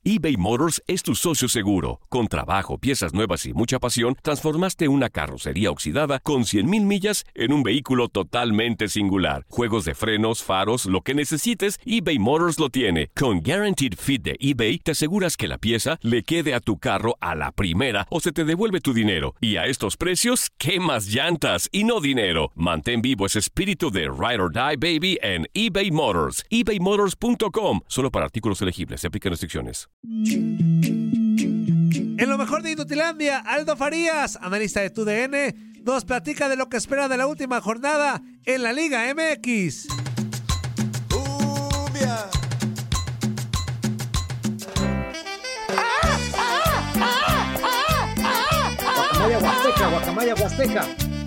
eBay Motors es tu socio seguro. Con trabajo, piezas nuevas y mucha pasión, transformaste una carrocería oxidada con 100,000 millas en un vehículo totalmente singular. Juegos de frenos, faros, lo que necesites, eBay Motors lo tiene. Con Guaranteed Fit de eBay, te aseguras que la pieza le quede a tu carro a la primera o se te devuelve tu dinero. Y a estos precios, ¿qué más llantas y no dinero? Mantén vivo ese espíritu de Ride or Die, baby, en eBay Motors. ebaymotors.com. Solo para artículos elegibles. Se aplican restricciones. En lo mejor de Inutilandia, Aldo Farías, analista de TUDN, nos platica de lo que espera de la última jornada en la Liga MX. Guacamaya Huasteca, Guacamaya Huasteca.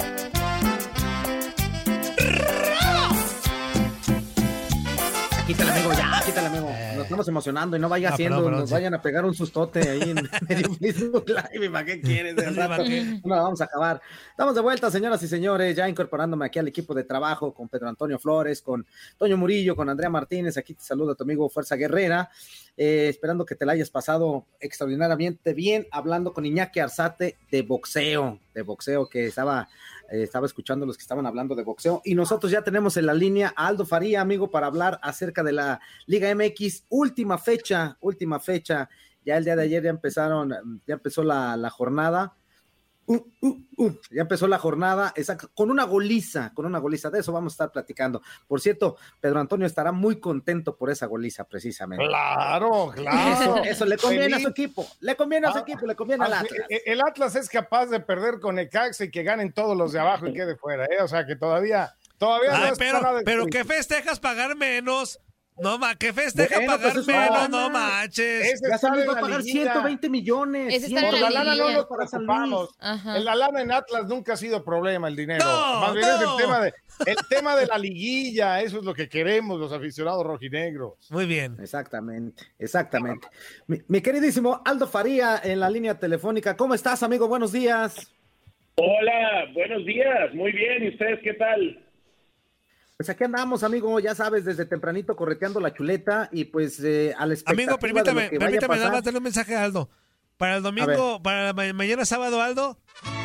Quítale, amigo, ya, quítale, amigo. Nos estamos emocionando y no vaya haciendo, nos vayan a pegar un sustote ahí en medio Facebook Live. ¿Para qué quieres? De rato no vamos a acabar. Estamos de vuelta, señoras y señores, ya incorporándome aquí al equipo de trabajo con Pedro Antonio Flores, con Toño Murillo, con Andrea Martínez. Aquí te saluda tu amigo Fuerza Guerrera. Esperando que te la hayas pasado extraordinariamente bien, hablando con Iñaki Arzate de boxeo que estaba escuchando los que estaban hablando de boxeo, y nosotros ya tenemos en la línea a Aldo Faría, amigo, para hablar acerca de la Liga MX, última fecha, ya el día de ayer ya empezó la jornada, ya empezó la jornada, con una goliza, de eso vamos a estar platicando. Por cierto, Pedro Antonio estará muy contento por esa goliza, precisamente. Claro. Eso le conviene a su equipo, le conviene al Atlas. El Atlas es capaz de perder con Necaxa y que ganen todos los de abajo y quede fuera, O sea que todavía no es nada de... Pero ¿qué festejas pagar menos? No, ¿qué festeja pagar pues menos? No manches. Ya San Luis va a pagar 120 millones. Por la lana no nos preocupamos. En la lana en Atlas nunca ha sido problema el dinero. Más bien es el tema de la liguilla. Eso es lo que queremos los aficionados rojinegros. Muy bien. Exactamente. Mi queridísimo Aldo Faría en la línea telefónica. ¿Cómo estás, amigo? Buenos días. Hola, buenos días. Muy bien. ¿Y ustedes qué tal? Pues aquí andamos, amigo, ya sabes, desde tempranito correteando la chuleta y pues a la expectativa. Amigo, permítame nada más darle un mensaje a Aldo. Para el domingo, para mañana sábado, Aldo.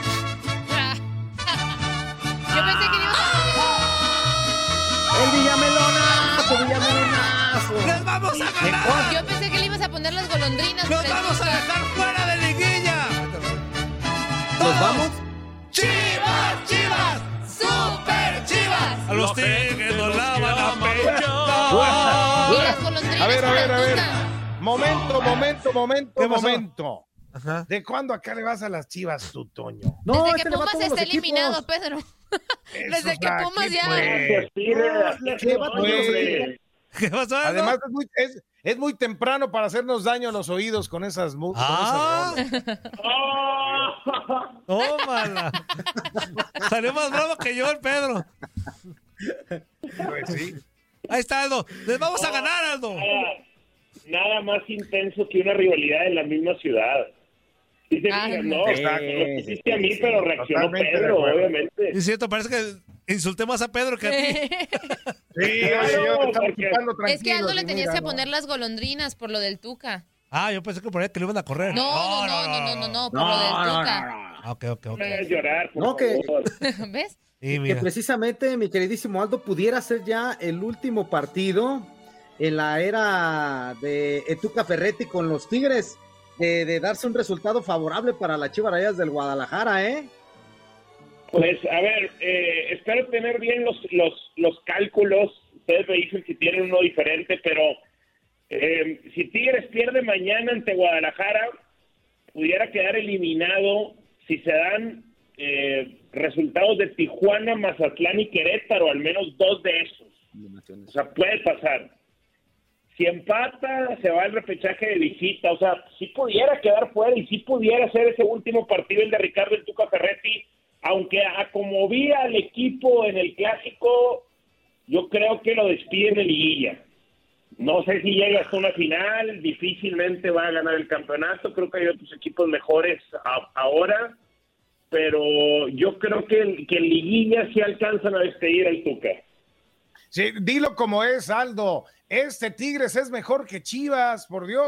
Yo pensé que ibas a ¡El Villamelonazo! ¡Nos vamos a ganar! Yo pensé que le ibas a poner las golondrinas. ¡Nos vamos a dejar fuera de liguilla! ¿Nos vamos? ¡Chivas! ¡Super Chivas! A los tigres nos la van a pegar. Y las golondrinas. A ver. Tuca. Momento. Ajá. ¿De cuándo acá le vas a las Chivas tú, Toño? No, desde que Pumas está eliminado, Pedro. Desde que Pumas ya... ¿Qué pasó? Además es muy temprano para hacernos daño a los oídos con esas ¡Tómala! Salió más bravo que yo el Pedro. Pues sí. Ahí está, Aldo. Les vamos a ganar, Aldo. Nada más intenso que una rivalidad en la misma ciudad. Dice que no, lo hiciste a mí, pero reaccionó Pedro, obviamente. Es cierto, parece que insulté más a Pedro que a ti. Sí, es que a Aldo le tenías que poner las golondrinas por lo del Tuca. Yo pensé que por ahí te lo iban a correr. No, por lo del Tuca. Ok. No voy a llorar, por favor. ¿Ves? Que precisamente, mi queridísimo Aldo, pudiera ser ya el último partido en la era de Tuca Ferretti con los Tigres, de darse un resultado favorable para las Chivas Rayadas del Guadalajara, Pues, a ver, espero tener bien los cálculos. Ustedes me dicen si tienen uno diferente, pero si Tigres pierde mañana ante Guadalajara, pudiera quedar eliminado si se dan resultados de Tijuana, Mazatlán y Querétaro, al menos 2 de esos. O sea, puede pasar. Si empata, se va al repechaje de visita. O sea, sí pudiera quedar fuera y sí pudiera ser ese último partido el de Ricardo el Tuca Ferretti, aunque a como vi al equipo en el Clásico, yo creo que lo despiden de liguilla. No sé si llega hasta una final, difícilmente va a ganar el campeonato, creo que hay otros equipos mejores ahora, pero yo creo que en liguilla sí alcanzan a despedir al Tuca. Sí, dilo como es, Aldo. Tigres es mejor que Chivas, por Dios.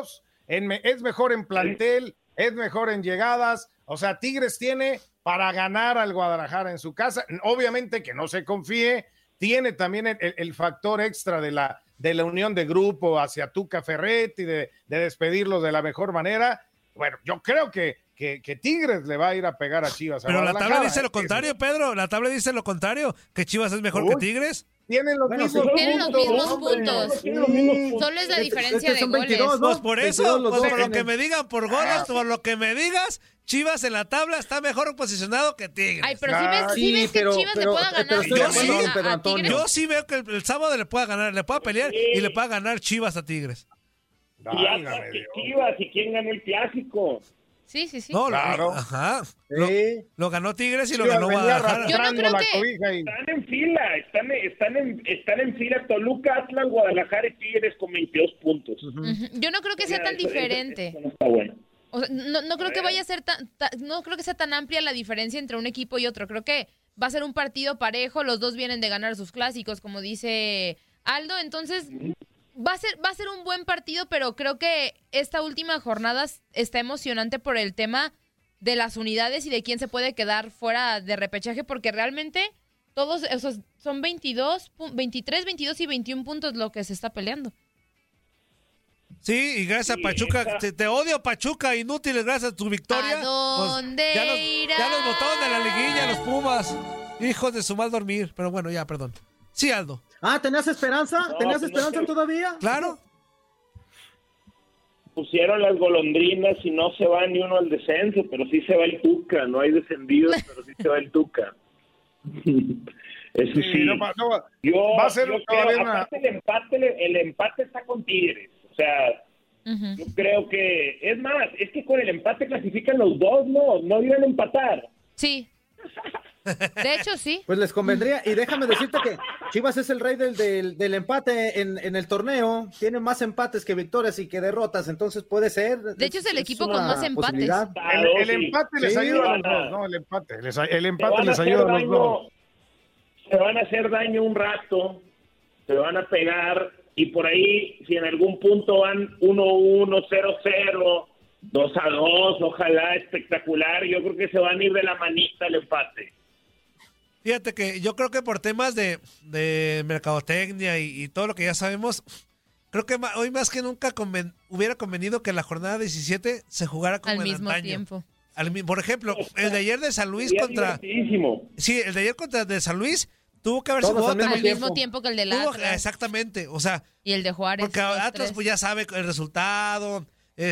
es mejor en plantel, es mejor en llegadas. O sea, Tigres tiene para ganar al Guadalajara en su casa. Obviamente que no se confíe, tiene también el factor extra de la unión de grupo hacia Tuca Ferretti, de despedirlos de la mejor manera. Bueno, yo creo que Tigres le va a ir a pegar a Chivas. Pero la tabla dice lo contrario, Pedro. La tabla dice lo contrario, que Chivas es mejor que Tigres. Tienen los mismos puntos. Solo es la diferencia de goles. 22, ¿no? Pues por eso, por lo que me digan por goles, por lo que me digas, Chivas en la tabla está mejor posicionado que Tigres. Ay, pero si ves que Chivas le pueda ganar Tigres. Yo sí veo que el sábado le pueda ganar, le pueda pelear y le pueda ganar Chivas a Tigres. Chivas, ¿y quién ganó el clásico? Sí. No, claro. Lo ganó Tigres y lo ganó Guadalajara. Yo no creo que están en fila, están en fila Toluca, Atlas, Guadalajara y Tigres con 22 puntos. Yo no creo que sea tan diferente. Eso no está bueno. O sea, no creo que vaya a ser no creo que sea tan amplia la diferencia entre un equipo y otro. Creo que va a ser un partido parejo, los dos vienen de ganar sus clásicos, como dice Aldo, entonces va a ser un buen partido, pero creo que esta última jornada está emocionante por el tema de las unidades y de quién se puede quedar fuera de repechaje, porque realmente todos esos son 23, 22 y 21 puntos lo que se está peleando. Sí, y gracias a Pachuca, te odio Pachuca, inútiles, gracias a tu victoria. ¿A dónde irás? Ya los botaron de la liguilla, los Pumas, hijos de su mal dormir, pero bueno, ya, perdón. Sí, Aldo. ¿Tenías esperanza? ¿Tenías esperanza todavía? Claro. Pusieron las golondrinas y no se va ni uno al descenso, pero sí se va el Tuca, no hay descendidos, pero sí se va el Tuca. Eso sí. Va a ser aparte el empate está con Tigres. O sea, yo creo que, es más, es que con el empate clasifican los dos, no iban a empatar. Sí. De hecho, sí. Pues les convendría, y déjame decirte que Chivas es el rey del empate en el torneo, tiene más empates que victorias y que derrotas, entonces puede ser. De hecho, es el equipo con más empates. El empate les ayuda a los dos, ¿no? El empate les ayuda a los dos. Se van a hacer daño un rato, se van a pegar, y por ahí, si en algún punto van 1-1, 0-0, 2-2, ojalá, espectacular, yo creo que se van a ir de la manita el empate. Fíjate que yo creo que por temas de mercadotecnia y todo lo que ya sabemos, creo que hoy más que nunca hubiera convenido que la jornada 17 se jugara como al en mismo antaño. Tiempo. Por ejemplo, el de ayer de San Luis contra... Sí, el de ayer contra de San Luis tuvo que haberse jugado al mismo tiempo que el del Atlas. Exactamente, o sea... Y el de Juárez. Porque Atlas pues ya sabe el resultado,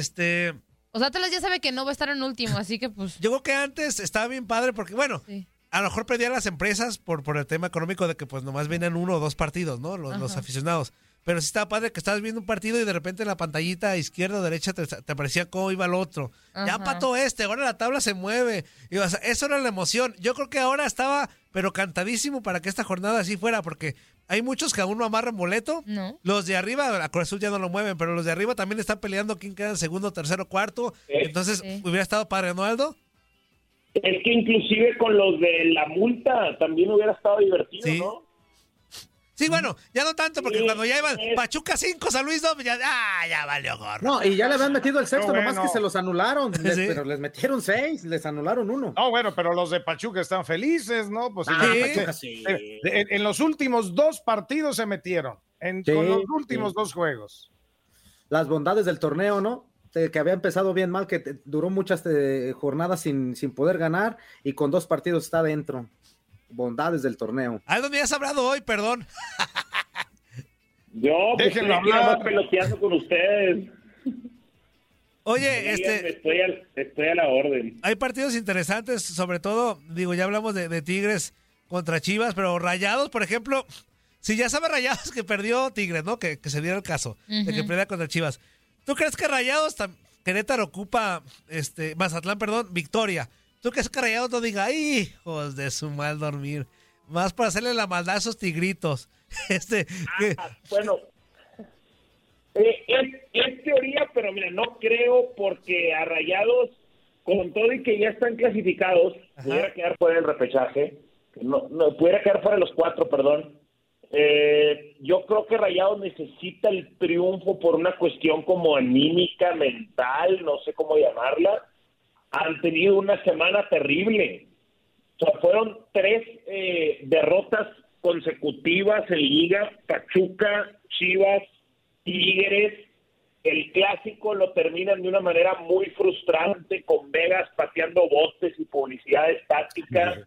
O sea, Atlas ya sabe que no va a estar en último, así que pues... Yo creo que antes estaba bien padre porque, bueno... Sí. A lo mejor perdían las empresas por el tema económico de que pues nomás venían 1 o 2 partidos, ¿no? Los aficionados. Pero sí estaba padre que estabas viendo un partido y de repente en la pantallita izquierda o derecha te aparecía cómo iba el otro. Ajá. Ya pató ahora la tabla se mueve. Y, o sea, eso era la emoción. Yo creo que ahora estaba, pero cantadísimo para que esta jornada así fuera, porque hay muchos que aún no amarran boleto. No. Los de arriba, la Cruz Azul ya no lo mueven, pero los de arriba también están peleando quién queda en segundo, tercero, cuarto. Entonces, hubiera estado padre, ¿no, Aldo? Es que inclusive con los de la multa también hubiera estado divertido, ¿sí? ¿No? Sí, bueno, ya no tanto, porque cuando ya iban Pachuca 5, San Luis 2, ya valió gorro. No, y ya le habían metido el sexto, nomás que se los anularon, pero les metieron 6, les anularon 1. No, bueno, pero los de Pachuca están felices, ¿no? Pues Pachuca sí. En los últimos 2 partidos se metieron, con los últimos 2 juegos. Las bondades del torneo, ¿no? Que había empezado bien mal, que duró muchas jornadas sin poder ganar y con 2 partidos está dentro. Bondades del torneo. ¿Dónde has hablado hoy? Perdón. Yo déjenlo hablar. Peloteando con ustedes. Oye, estoy a la orden. Hay partidos interesantes, sobre todo, digo, ya hablamos de Tigres contra Chivas, pero Rayados, por ejemplo, si ya sabe Rayados que perdió Tigres, ¿no? Que se diera el caso de que perdiera contra Chivas. ¿Tú crees que Rayados, Querétaro ocupa, Mazatlán, victoria? ¿Tú crees que Rayados no diga, hijos de su mal dormir? Más para hacerle la maldad a esos tigritos. Bueno, es teoría, pero mira, no creo porque a Rayados, con todo y que ya están clasificados, pudiera quedar fuera del repechaje, no pudiera quedar fuera de los 4, perdón. Yo creo que Rayados necesita el triunfo por una cuestión como anímica, mental, no sé cómo llamarla. Han tenido una semana terrible. O sea, fueron 3 derrotas consecutivas en Liga: Pachuca, Chivas, Tigres. El clásico lo terminan de una manera muy frustrante, con Vegas pateando botes y publicidad estática.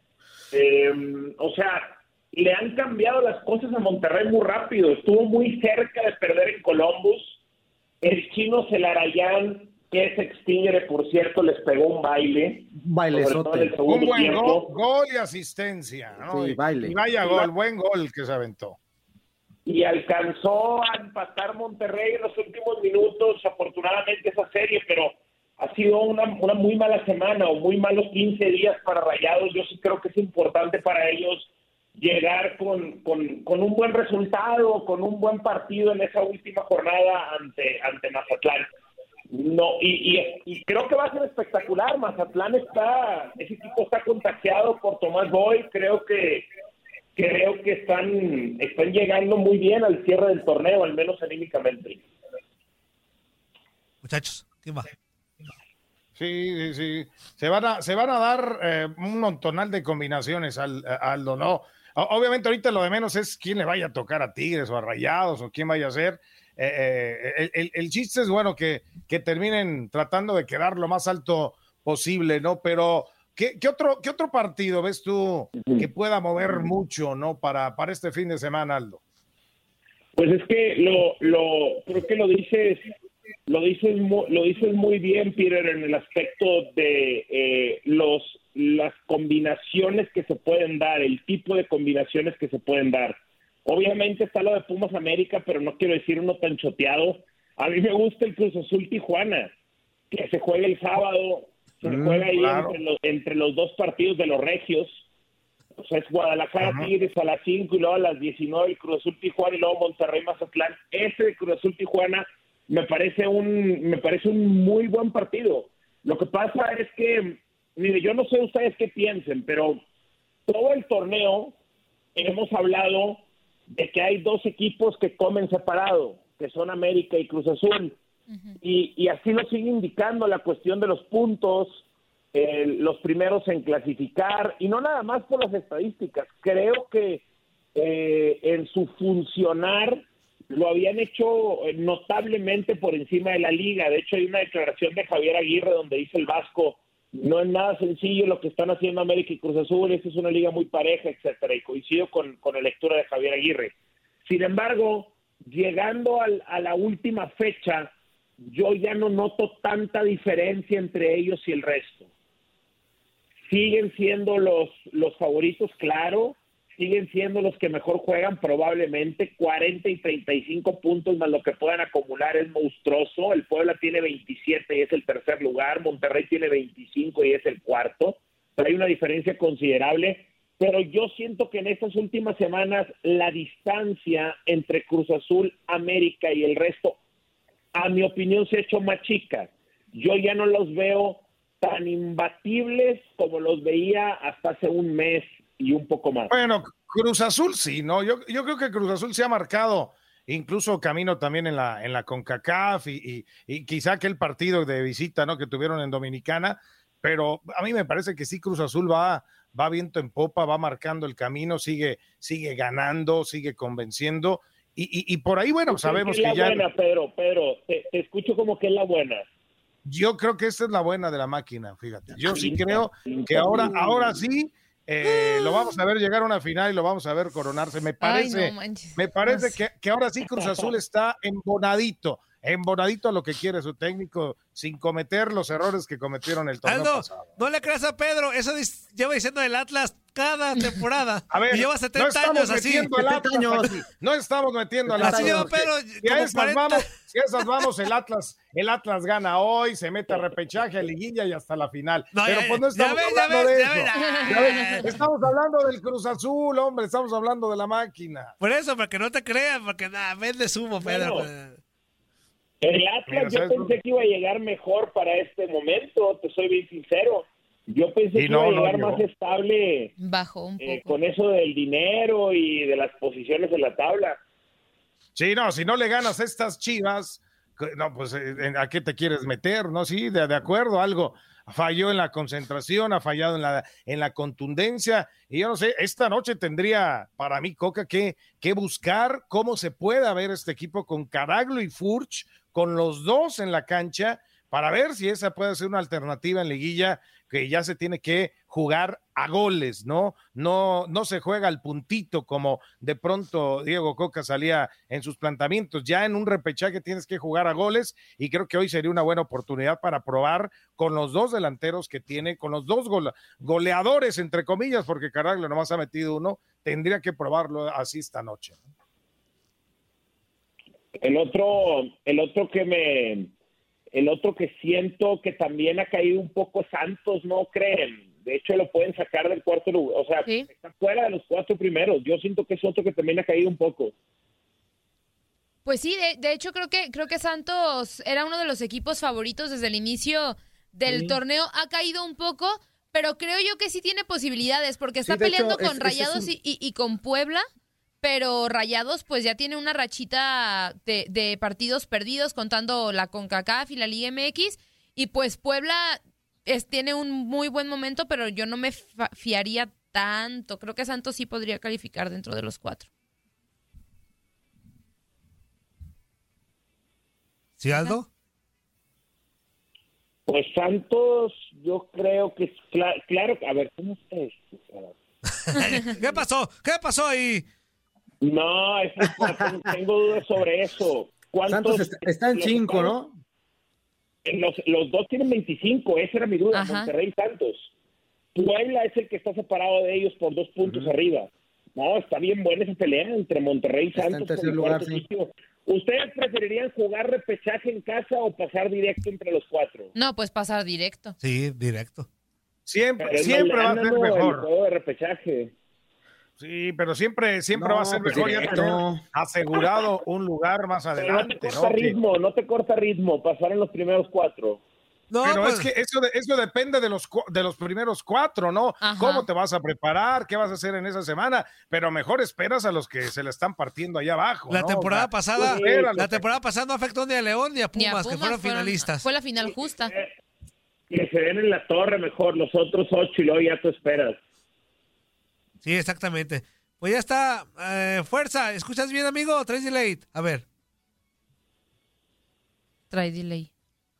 O sea, le han cambiado las cosas a Monterrey muy rápido. Estuvo muy cerca de perder en Columbus. El chino Celarayán, que es ex-Tigre, por cierto, les pegó un baile. Bailezote. Un buen gol y asistencia, ¿no? Sí, baile. Y vaya gol, buen gol que se aventó. Y alcanzó a empatar Monterrey en los últimos minutos, afortunadamente, esa serie, pero ha sido una muy mala semana o muy malos 15 días para Rayados. Yo sí creo que es importante para ellos llegar con un buen resultado, con un buen partido en esa última jornada ante Mazatlán. No, y creo que va a ser espectacular. Mazatlán ese equipo está contagiado por Tomás Boy. Creo que están llegando muy bien al cierre del torneo, al menos anímicamente. Muchachos, ¿quién va? Sí. Se van a dar un montonal de combinaciones, Aldo, ¿no? Obviamente ahorita lo de menos es quién le vaya a tocar a Tigres o a Rayados o quién vaya a ser. El chiste es, bueno, que terminen tratando de quedar lo más alto posible, ¿no? Pero ¿qué otro partido ves tú que pueda mover mucho, ¿no? Para este fin de semana, Aldo. Pues es que creo que lo dices muy bien, Peter, en el aspecto de las combinaciones que se pueden dar, el tipo de combinaciones que se pueden dar. Obviamente está lo de Pumas América, pero no quiero decir uno tan choteado. A mí me gusta el Cruz Azul Tijuana, que se juega el sábado, se juega ahí claro, entre los 2 partidos de los regios. O sea, es Guadalajara Tigres a las 5 y luego a las 19 el Cruz Azul Tijuana y luego Monterrey Mazatlán. Ese de Cruz Azul Tijuana me parece un muy buen partido. Lo que pasa es que, mire, yo no sé ustedes qué piensen, pero todo el torneo hemos hablado de que hay 2 equipos que comen separado, que son América y Cruz Azul. Y así lo sigue indicando la cuestión de los puntos, los primeros en clasificar, y no nada más por las estadísticas. Creo que en su funcionar lo habían hecho notablemente por encima de la liga. De hecho, hay una declaración de Javier Aguirre donde dice el Vasco: no es nada sencillo lo que están haciendo América y Cruz Azul, esta es una liga muy pareja, etcétera, y coincido con la lectura de Javier Aguirre. Sin embargo, llegando a la última fecha, yo ya no noto tanta diferencia entre ellos y el resto. Siguen siendo los favoritos, claro, siguen siendo los que mejor juegan probablemente. 40 y 35 puntos más lo que puedan acumular es monstruoso. El Puebla tiene 27 y es el tercer lugar, Monterrey tiene 25 y es el cuarto, pero hay una diferencia considerable. Pero yo siento que en estas últimas semanas la distancia entre Cruz Azul, América y el resto, a mi opinión, se ha hecho más chica. Yo ya no los veo tan imbatibles como los veía hasta hace un mes y un poco más. Bueno, Cruz Azul sí, ¿no? Yo creo que Cruz Azul se ha marcado incluso camino también en la CONCACAF y quizá aquel partido de visita, ¿no?, que tuvieron en Dominicana, pero a mí me parece que sí, Cruz Azul va viento en popa, va marcando el camino, sigue ganando, sigue convenciendo. Y por ahí, bueno, sabemos que ya... buena, Pedro, te escucho como que es la buena. Yo creo que esta es la buena de la máquina, fíjate. Yo sí creo que ahora sí lo vamos a ver llegar a una final y lo vamos a ver coronarse. Me parece que ahora sí Cruz Azul está embonadito a lo que quiere su técnico, sin cometer los errores que cometieron el torneo pasado. No le creas a Pedro, eso lleva diciendo el Atlas cada temporada. A ver, y lleva 70 años así. No estamos metiendo al Atlas. Así lleva Pedro. Si a esas vamos, el Atlas gana hoy, se mete a repechaje, a liguilla y hasta la final. Pero pues no estamos hablando de eso. Estamos hablando del Cruz Azul, hombre, estamos hablando de la máquina. Por eso, para que no te creas, porque vende sumo, Pedro. Bueno, el Atlas yo pensé que iba a llegar mejor para este momento, te soy bien sincero. Yo pensé que iba a llegar más estable. Bajó un poco. Con eso del dinero y de las posiciones en la tabla. Sí, no, si no le ganas a estas Chivas, no, pues ¿a qué te quieres meter? No, sí, de acuerdo, algo falló en la concentración, ha fallado en la contundencia, y yo no sé, esta noche tendría para mí Coca que buscar cómo se pueda ver este equipo con Caraglio y Furch, con los dos en la cancha, para ver si esa puede ser una alternativa en liguilla, que ya se tiene que jugar a goles, ¿no? No se juega al puntito como de pronto Diego Coca salía en sus planteamientos. Ya en un repechaje tienes que jugar a goles, y creo que hoy sería una buena oportunidad para probar con los dos delanteros que tiene, con los dos goleadores, entre comillas, porque Caraglio nomás ha metido uno, tendría que probarlo así esta noche. El otro que siento que también ha caído un poco Santos, ¿no creen? De hecho, lo pueden sacar del cuarto lugar. O sea, ¿sí? Está fuera de los 4 primeros. Yo siento que es otro que también ha caído un poco. Pues sí, de hecho creo que Santos era uno de los equipos favoritos desde el inicio del torneo. Ha caído un poco, pero creo yo que sí tiene posibilidades, porque está peleando con Rayados y con Puebla. Pero Rayados pues ya tiene una rachita de partidos perdidos, contando la CONCACAF y la Liga MX, y pues Puebla tiene un muy buen momento, pero yo no me fiaría tanto. Creo que Santos sí podría calificar dentro de los 4. ¿Sí, Aldo? Pues Santos, yo creo que es claro. A ver, ¿cómo está esto? ¿Qué pasó ahí? No, tengo dudas sobre eso. Santos está en 5, ¿no? Los dos tienen 25, esa era mi duda. Ajá. Monterrey y Santos. Puebla es el que está separado de ellos por 2 puntos arriba. No, está bien buena esa pelea entre Monterrey y Santos. Está en tercer lugar, sí. ¿Ustedes preferirían jugar repechaje en casa o pasar directo entre los 4? No, pues pasar directo. Sí, directo. Siempre va a ser mejor. El juego de repechaje. Sí, pero siempre va a ser mejor ya tener asegurado un lugar más adelante. No te corta ritmo pasar en los primeros 4. No, pero pues, es que eso depende de los primeros 4, ¿no? Ajá. ¿Cómo te vas a preparar? ¿Qué vas a hacer en esa semana? Pero mejor esperas a los que se la están partiendo allá abajo. La ¿no? temporada pasada no afectó ni a León ni a Pumas, que fueron finalistas. Fue la final justa. Que se den en la torre mejor los otros 8 y luego ya tú esperas. Sí, exactamente. Pues ya está. Fuerza. ¿Escuchas bien, amigo? ¿Traes delay? A ver. Trae delay.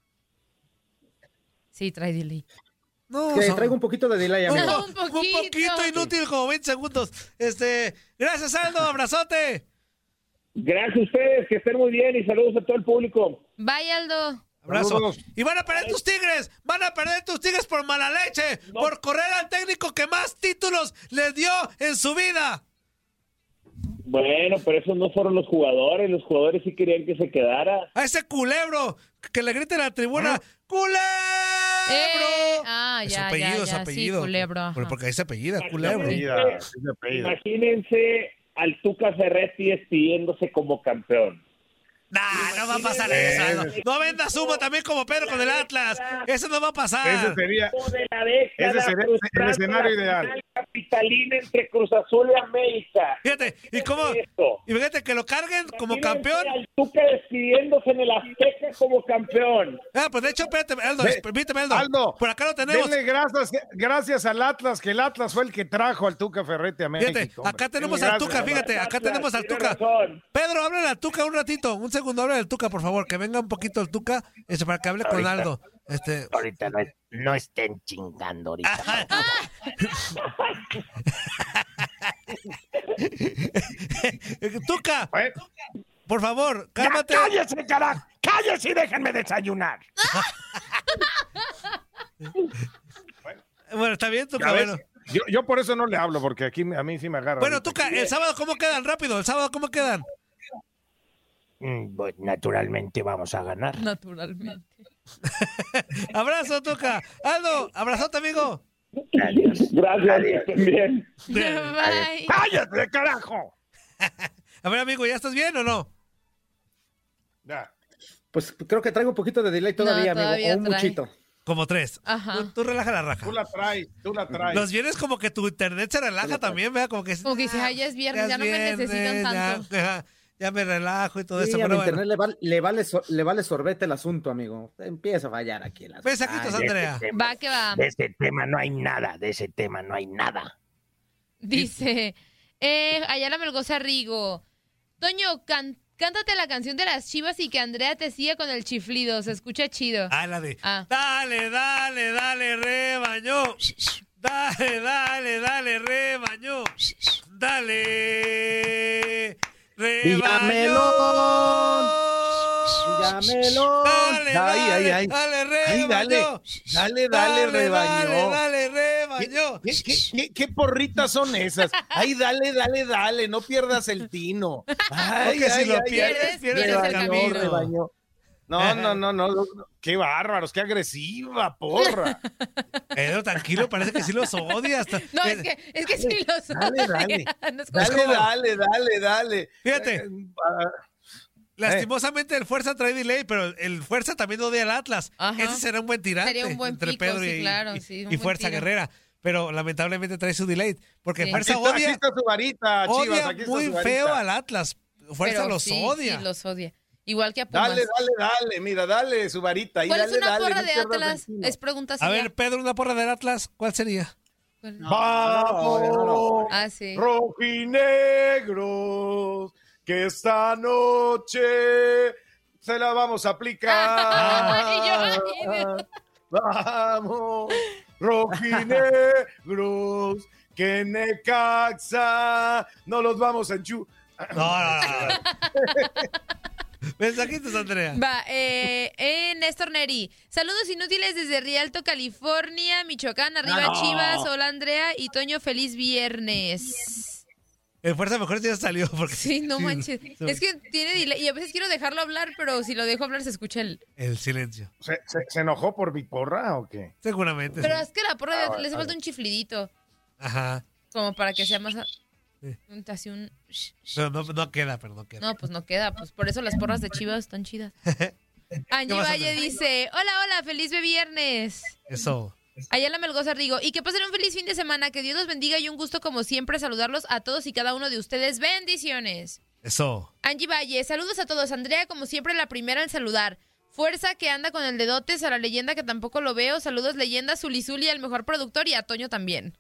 Sí, trae delay. No, traigo un poquito de delay, amigo. No, un poquito inútil, como 20 segundos. Gracias, Aldo. Abrazote. Gracias a ustedes. Que estén muy bien y saludos a todo el público. Bye, Aldo. Abrazo. Saludos. Y van a perder tus Tigres. Van a perder tus Tigres por mala leche. No. Por correr al técnico que más títulos les dio en su vida. Bueno, pero esos no fueron los jugadores. Los jugadores sí querían que se quedara. A ese culebro que le grite en la tribuna. ¡Culebro! Es apellido. Sí, culebro. Porque ahí se apellida, culebro. Imagínense al Tuca Ferretti despidiéndose como campeón. No va a pasar eso. No vendas humo también como Pedro con el Atlas. Eso no va a pasar. Ese sería el escenario ideal. Capitalina entre Cruz Azul y América. Fíjate, y fíjate que lo carguen como campeón. Al Tuca despidiéndose en el Azteca como campeón. Pues de hecho, espérate, Aldo, permíteme, Aldo, por acá lo tenemos. Denle gracias al Atlas, que el Atlas fue el que trajo al Tuca Ferretti a México. Fíjate, acá tenemos al Tuca, acá tenemos al Tuca. Pedro, háblale al Tuca un ratito, un segundo, háblale al Tuca, por favor, que venga un poquito el Tuca, para que hable con Aldo. Ahorita no estén chingando ahorita. Tuca, por favor, cálmate. ¡Cállese, carajo! ¡Cállese y déjenme desayunar! Bueno, está bien, Tuca, bueno. Yo por eso no le hablo, porque aquí a mí sí me agarra. Bueno, Tuca, el sábado, ¿cómo quedan? Rápido, el sábado, ¿cómo quedan? Pues naturalmente vamos a ganar. Naturalmente. Abrazo, Tuca. Aldo, abrazote, amigo. Adiós. Gracias, bien. Bye. ¡Cállate, carajo! A ver, amigo, ¿ya estás bien o no? Ya. Pues creo que traigo un poquito de delay todavía, amigo. O un muchito. Como 3. Ajá. Tú relaja la raja. Tú la traes. Los viernes como que tu internet se relaja también, ¿verdad? Como que dices, ay, ya es viernes, ya no me necesitan tanto. Ya me relajo y todo eso. Sí, a Pero mi internet le vale sorbete el asunto, amigo. Empieza a fallar aquí. Mensajitos, Andrea. Va que va. De ese tema no hay nada. Dice, Ayala Melgoza Rigo. Toño, cántate la canción de las Chivas y que Andrea te siga con el chiflido. Se escucha chido. La de dale, rebaño. Dale, rebaño. Dale, rebaño. Villamelón. Dale, rebaño. Dale, rebaño. Dale, rebaño. ¿Qué porritas son esas? Ay, dale, no pierdas el tino. Porque si lo pierdes el camino. Rebaño. No. Qué bárbaros, qué agresiva, porra. Pedro, tranquilo, parece que sí los odias. No, es que sí los Dale. Dale. Fíjate. Lastimosamente el Fuerza trae delay, pero el Fuerza también odia al Atlas. Ajá. Ese será un buen tirante. Sería un buen entre pico, Pedro sí, claro, y Fuerza Guerrera. Pero lamentablemente trae su delay. Porque Fuerza odia. Aquí está su varita, Chivas. Odia Aquí está muy su varita. feo al Atlas. Fuerza pero los odia. Sí, los odia. Igual que a Pumas. Dale, mira, dale su varita. ¿Cuál es una porra no de pierdas Atlas? el tino. Es pregunta A ver, Pedro, una porra del Atlas, ¿cuál sería? ¡Vamos! Ah, sí. Rojinegros, que esta noche se la vamos a aplicar. Vamos, rojinegros, que Necaxa no los vamos a enchu... No. Mensajitos, Andrea. Va, Néstor Neri. Saludos inútiles desde Rialto, California, Michoacán. Arriba Chivas. Hola, Andrea. Y Toño, feliz viernes. El Fuerza mejor ya salió. Porque Sí, no manches. Es que tiene delay. Y a veces quiero dejarlo hablar, pero si lo dejo hablar se escucha el silencio. ¿Se enojó por mi porra o qué? Seguramente. Pero sí. es que la porra le hace falta un chiflidito. Ajá. Como para que sea más... Sí. Así un... Pero no queda, pero no queda. No, pues no queda. Pues por eso las porras de Chivas están chidas. Angie Valle dice, hola, feliz viernes. Eso. Ayala Melgoza Rigo. Y que pasen un feliz fin de semana. Que Dios los bendiga y un gusto como siempre saludarlos a todos y cada uno de ustedes. Bendiciones. Eso. Angie Valle, saludos a todos. Andrea, como siempre, la primera en saludar. Fuerza que anda con el dedotes, a la leyenda que tampoco lo veo. Saludos, leyenda, Zulizuli, al mejor productor, y a Toño también.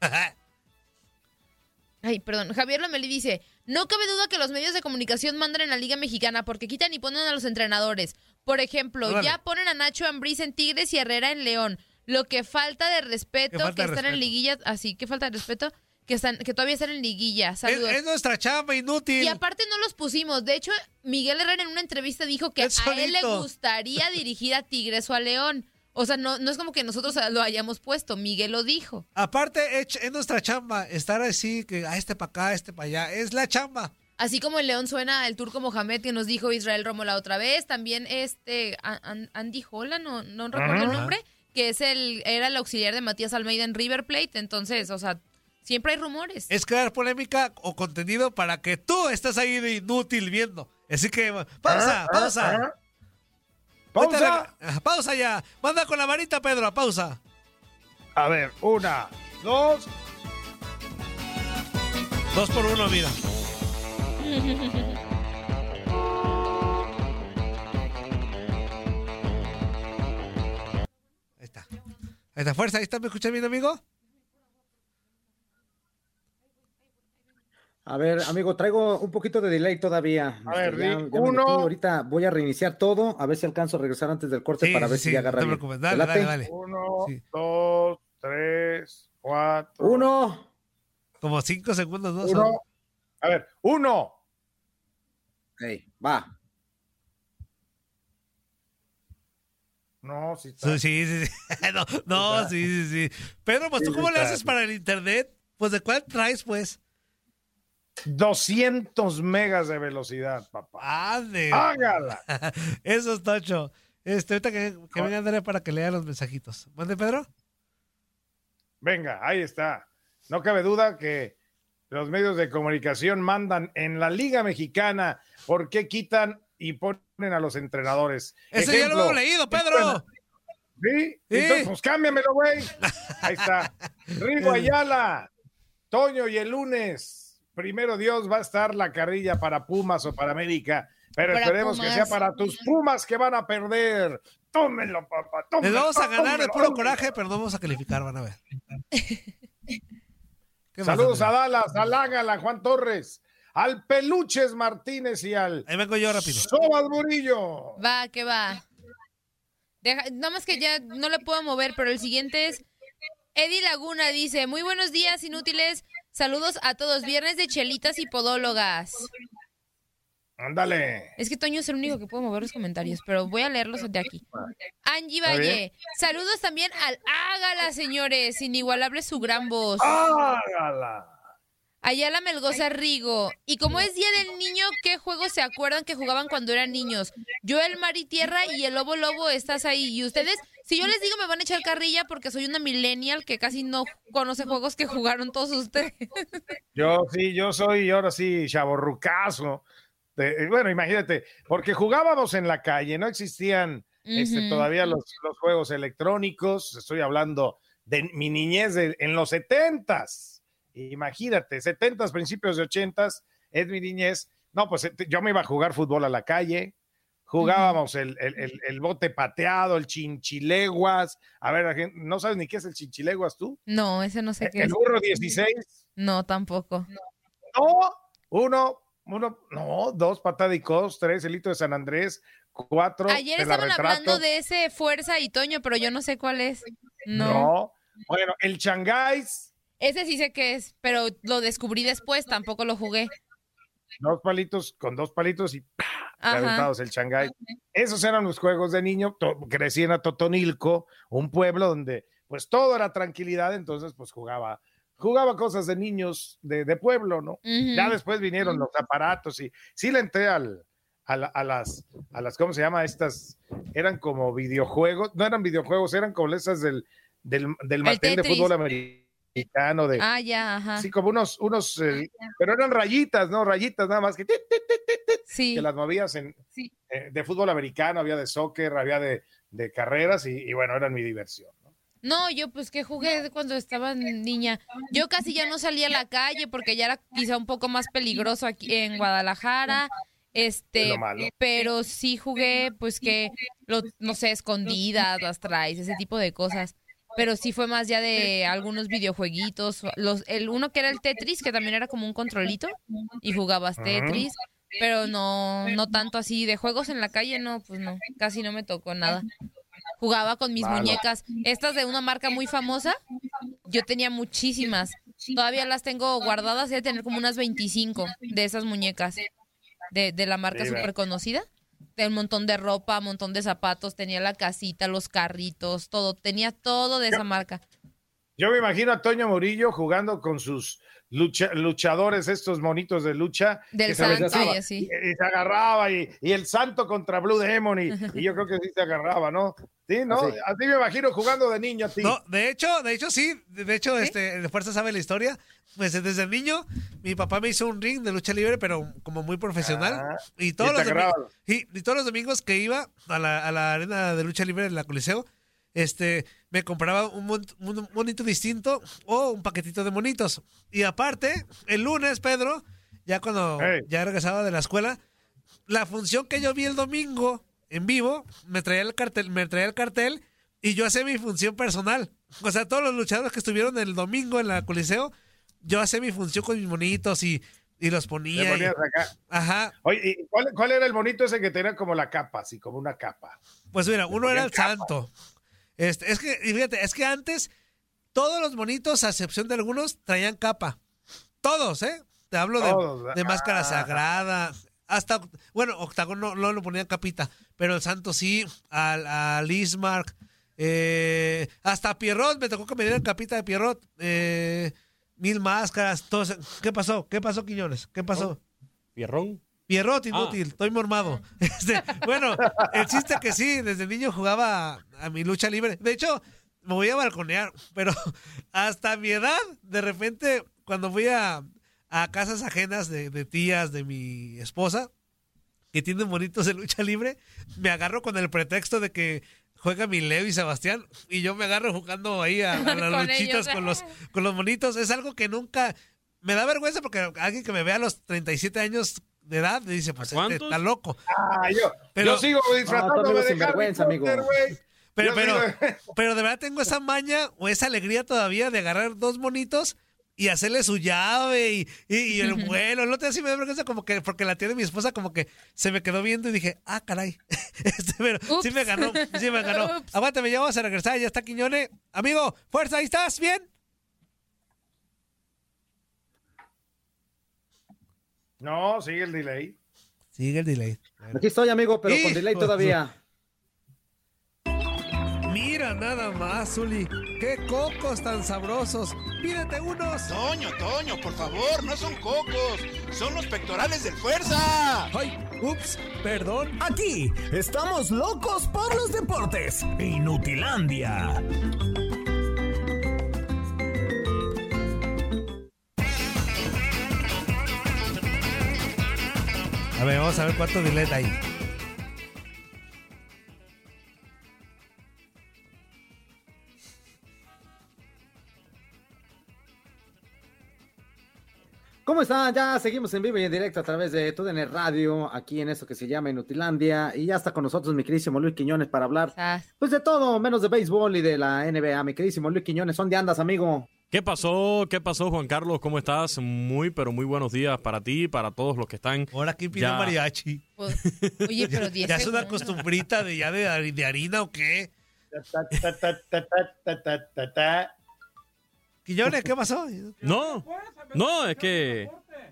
Ay, perdón. Javier Lomelí dice, no cabe duda que los medios de comunicación mandan en la Liga Mexicana porque quitan y ponen a los entrenadores. Por ejemplo, ya ponen a Nacho Ambriz en Tigres y Herrera en León. Lo que falta de respeto, que están en liguilla, así, que falta de respeto, que todavía están en liguilla. Saludos. Es nuestra chamba, inútil. Y aparte no los pusimos. De hecho, Miguel Herrera en una entrevista dijo que a él le gustaría dirigir a Tigres o a León. O sea, no es como que nosotros lo hayamos puesto, Miguel lo dijo. Aparte, es nuestra chamba, estar así, que a este para acá, este para allá, es la chamba. Así como el León suena el Turco Mohamed que nos dijo Israel Romo la otra vez, también Andy Holland, no recuerdo el nombre, que era el auxiliar de Matías Almeida en River Plate, entonces, o sea, siempre hay rumores. Es crear polémica o contenido para que tú estés ahí de inútil viendo. Así que, pausa. Pausa ya. Manda con la varita, Pedro, pausa. A ver, 1, 2. 2 por 1, mira. Ahí está, fuerza. Ahí está, ¿me escuchas bien, amigo? A ver, amigo, traigo un poquito de delay todavía. A ver, ya ahorita voy a reiniciar todo, a ver si alcanzo a regresar antes del corte para ver si ya agarra bien. Dale. 1, 2, 3, 4. 1. Como 5 segundos, ¿no? 1. A ver, 1. Va. No, sí está. Sí. No, sí. Pedro, pues ¿tú cómo le haces para el internet? Pues ¿de cuál traes, pues? 200 megas de velocidad, papá. ¡Hágala! Eso es tocho. Ahorita que venga Andrea para que lea los mensajitos. ¿Mande, Pedro? Venga, ahí está. No cabe duda que los medios de comunicación mandan en la Liga Mexicana. ¿Por qué quitan y ponen a los entrenadores? Eso ya lo hemos leído, Pedro. ¿Sí? Entonces, pues cámbiamelo, güey. Ahí está. Rigo Ayala, Toño, y el lunes, primero Dios, va a estar la carrilla para Pumas o para América, pero para esperemos Pumas. que sea para tus Pumas que van a perder. Tómenlo, papá, tómenlo. Les vamos a ganar de puro tómenlo. coraje, pero no vamos a calificar, van a ver. Saludos a Dallas, a Lágala, Juan Torres, al Peluches Martínez y al Ahí vengo yo rápido. Sobas Murillo. Va, que va. Nada más que ya no le puedo mover, pero el siguiente es Eddie Laguna, dice, muy buenos días, inútiles. Saludos a todos, viernes de chelitas y podólogas. Ándale. Es que Toño es el único que puede mover los comentarios, pero voy a leerlos de aquí. Angie Valle, saludos también al Hágala, señores, inigualable su gran voz. Hágala. Ayala Melgoza Rigo. Y como es Día del Niño, ¿qué juegos se acuerdan que jugaban cuando eran niños? Yo, el Mar y Tierra y el Lobo Lobo, estás ahí. Y ustedes, si yo les digo, me van a echar carrilla porque soy una millennial que casi no conoce juegos que jugaron todos ustedes. Yo soy ahora sí chavorrucazo. Bueno, imagínate, porque jugábamos en la calle, no existían todavía los juegos electrónicos. Estoy hablando de mi niñez en los 70s. Imagínate, 70s, principios de 80s, es mi niñez. No, pues yo me iba a jugar fútbol a la calle, jugábamos el bote pateado, el chinchileguas. A ver, ¿no sabes ni qué es el chinchileguas tú? No, ese no sé qué es. ¿El burro 16? No, tampoco. No, dos patadicos, 3 el hito de San Andrés, 4 Ayer te la estaban retrato. hablando de ese Fuerza y Toño, pero yo no sé cuál es. No. Bueno, el Changáis. Ese sí sé qué es, pero lo descubrí después, tampoco lo jugué. 2 palitos y ¡pah! Ajá. Aventados el Changáis. Esos eran los juegos de niño. Crecí en Atotonilco, un pueblo donde pues todo era tranquilidad, entonces pues jugaba cosas de niños de pueblo, ¿no? Ya después vinieron los aparatos y sí le entré a las, ¿cómo se llama? Estas eran como videojuegos, no eran videojuegos, eran como esas del mantel de fútbol americano. Ya, ajá. Sí, como unos pero eran rayitas, ¿no? Rayitas nada más que sí. Que las movías de fútbol americano, había de soccer, había de carreras y bueno, eran mi diversión. No, yo pues que jugué cuando estaba niña. Yo casi ya no salía a la calle porque ya era quizá un poco más peligroso aquí en Guadalajara. Pero sí jugué pues no sé, escondidas, las traes, ese tipo de cosas. Pero sí fue más ya de algunos videojueguitos. El uno que era el Tetris, que también era como un controlito y jugabas Tetris. Pero no tanto así de juegos en la calle, no, pues no, casi no me tocó nada. Jugaba con mis muñecas, estas de una marca muy famosa, yo tenía muchísimas, todavía las tengo guardadas, he de tener como unas 25 de esas muñecas, de la marca súper conocida, de un montón de ropa, un montón de zapatos, tenía la casita, los carritos, todo, tenía todo de esa marca. Yo me imagino a Toño Murillo jugando con sus luchadores, estos monitos de lucha. Del Santo y así. Y se agarraba, y el Santo contra Blue Demon, y yo creo que sí se agarraba, ¿no? Sí, ¿no? Así me imagino jugando de niño a ti. No, de hecho sí. De hecho, de Fuerza sabe la historia. Pues desde niño, mi papá me hizo un ring de lucha libre, pero como muy profesional. Y todos los domingos que iba a la arena de lucha libre en la Coliseo, me compraba un monito distinto o un paquetito de monitos. Y aparte, el lunes, Pedro, ya cuando ya regresaba de la escuela, la función que yo vi el domingo en vivo, me traía el cartel y yo hacía mi función personal. O sea, todos los luchadores que estuvieron el domingo en la Coliseo, yo hacía mi función con mis monitos y los ponía. ¿Le ponías acá? Ajá. Oye, ¿y cuál era el monito ese que tenía como la capa, así como una capa? Pues mira, uno era el Santo. Es que antes todos los monitos, a excepción de algunos, traían capa. Todos, ¿eh? Te hablo de máscara sagrada. Hasta, bueno, Octagon no lo ponían capita, pero el Santo sí, a Lismark, hasta Pierrot, me tocó que me dieran capita de Pierrot, 1000 máscaras, todos. ¿Qué pasó, Quiñones? ¿Qué pasó? Pierrot inútil, estoy mormado. Bueno, el chiste que sí, desde niño jugaba a mi lucha libre. De hecho, me voy a balconear, pero hasta mi edad, de repente, cuando fui a casas ajenas de tías de mi esposa, que tienen bonitos de lucha libre, me agarro con el pretexto de que juega mi Leo y Sebastián y yo me agarro jugando ahí a las luchitas con los monitos. Es algo que nunca... Me da vergüenza porque alguien que me vea a los 37 años de edad me dice, pues está loco. Yo sigo disfrazándome de vergüenza, amigo. Pero de verdad tengo esa maña o esa alegría todavía de agarrar 2 monitos y hacerle su llave y el vuelo. El otro día sí me da vergüenza como que, porque la tía de mi esposa como que se me quedó viendo y dije, caray. Pero sí me ganó. Aguántame, ya vamos a regresar, ya está Quiñones. Amigo, fuerza, ¿ahí estás? ¿Bien? No, sigue el delay. Aquí estoy, amigo, pero con delay todavía. Mira nada más, Zuli. ¡Qué cocos tan sabrosos! ¡Pídete unos! Toño, por favor, no son cocos. Son los pectorales del Fuerza. ¡Ay! ¡Ups! Perdón. Aquí estamos locos por los deportes. Inutilandia. A ver, vamos a ver cuánto delay hay. ¿Cómo están? Ya seguimos en vivo y en directo a través de TUDN Radio, aquí en esto que se llama Inutilandia, y ya está con nosotros mi queridísimo Luis Quiñones para hablar, pues de todo, menos de béisbol y de la NBA. Mi queridísimo Luis Quiñones, ¿dónde andas, amigo? ¿Qué pasó, Juan Carlos? ¿Cómo estás? Pero muy buenos días para ti, para todos los que están. Ahora aquí pidió mariachi. Oye, pero 10 ¿Ya es una costumbrita de harina o qué? Quiñones, ¿qué pasó? No, es que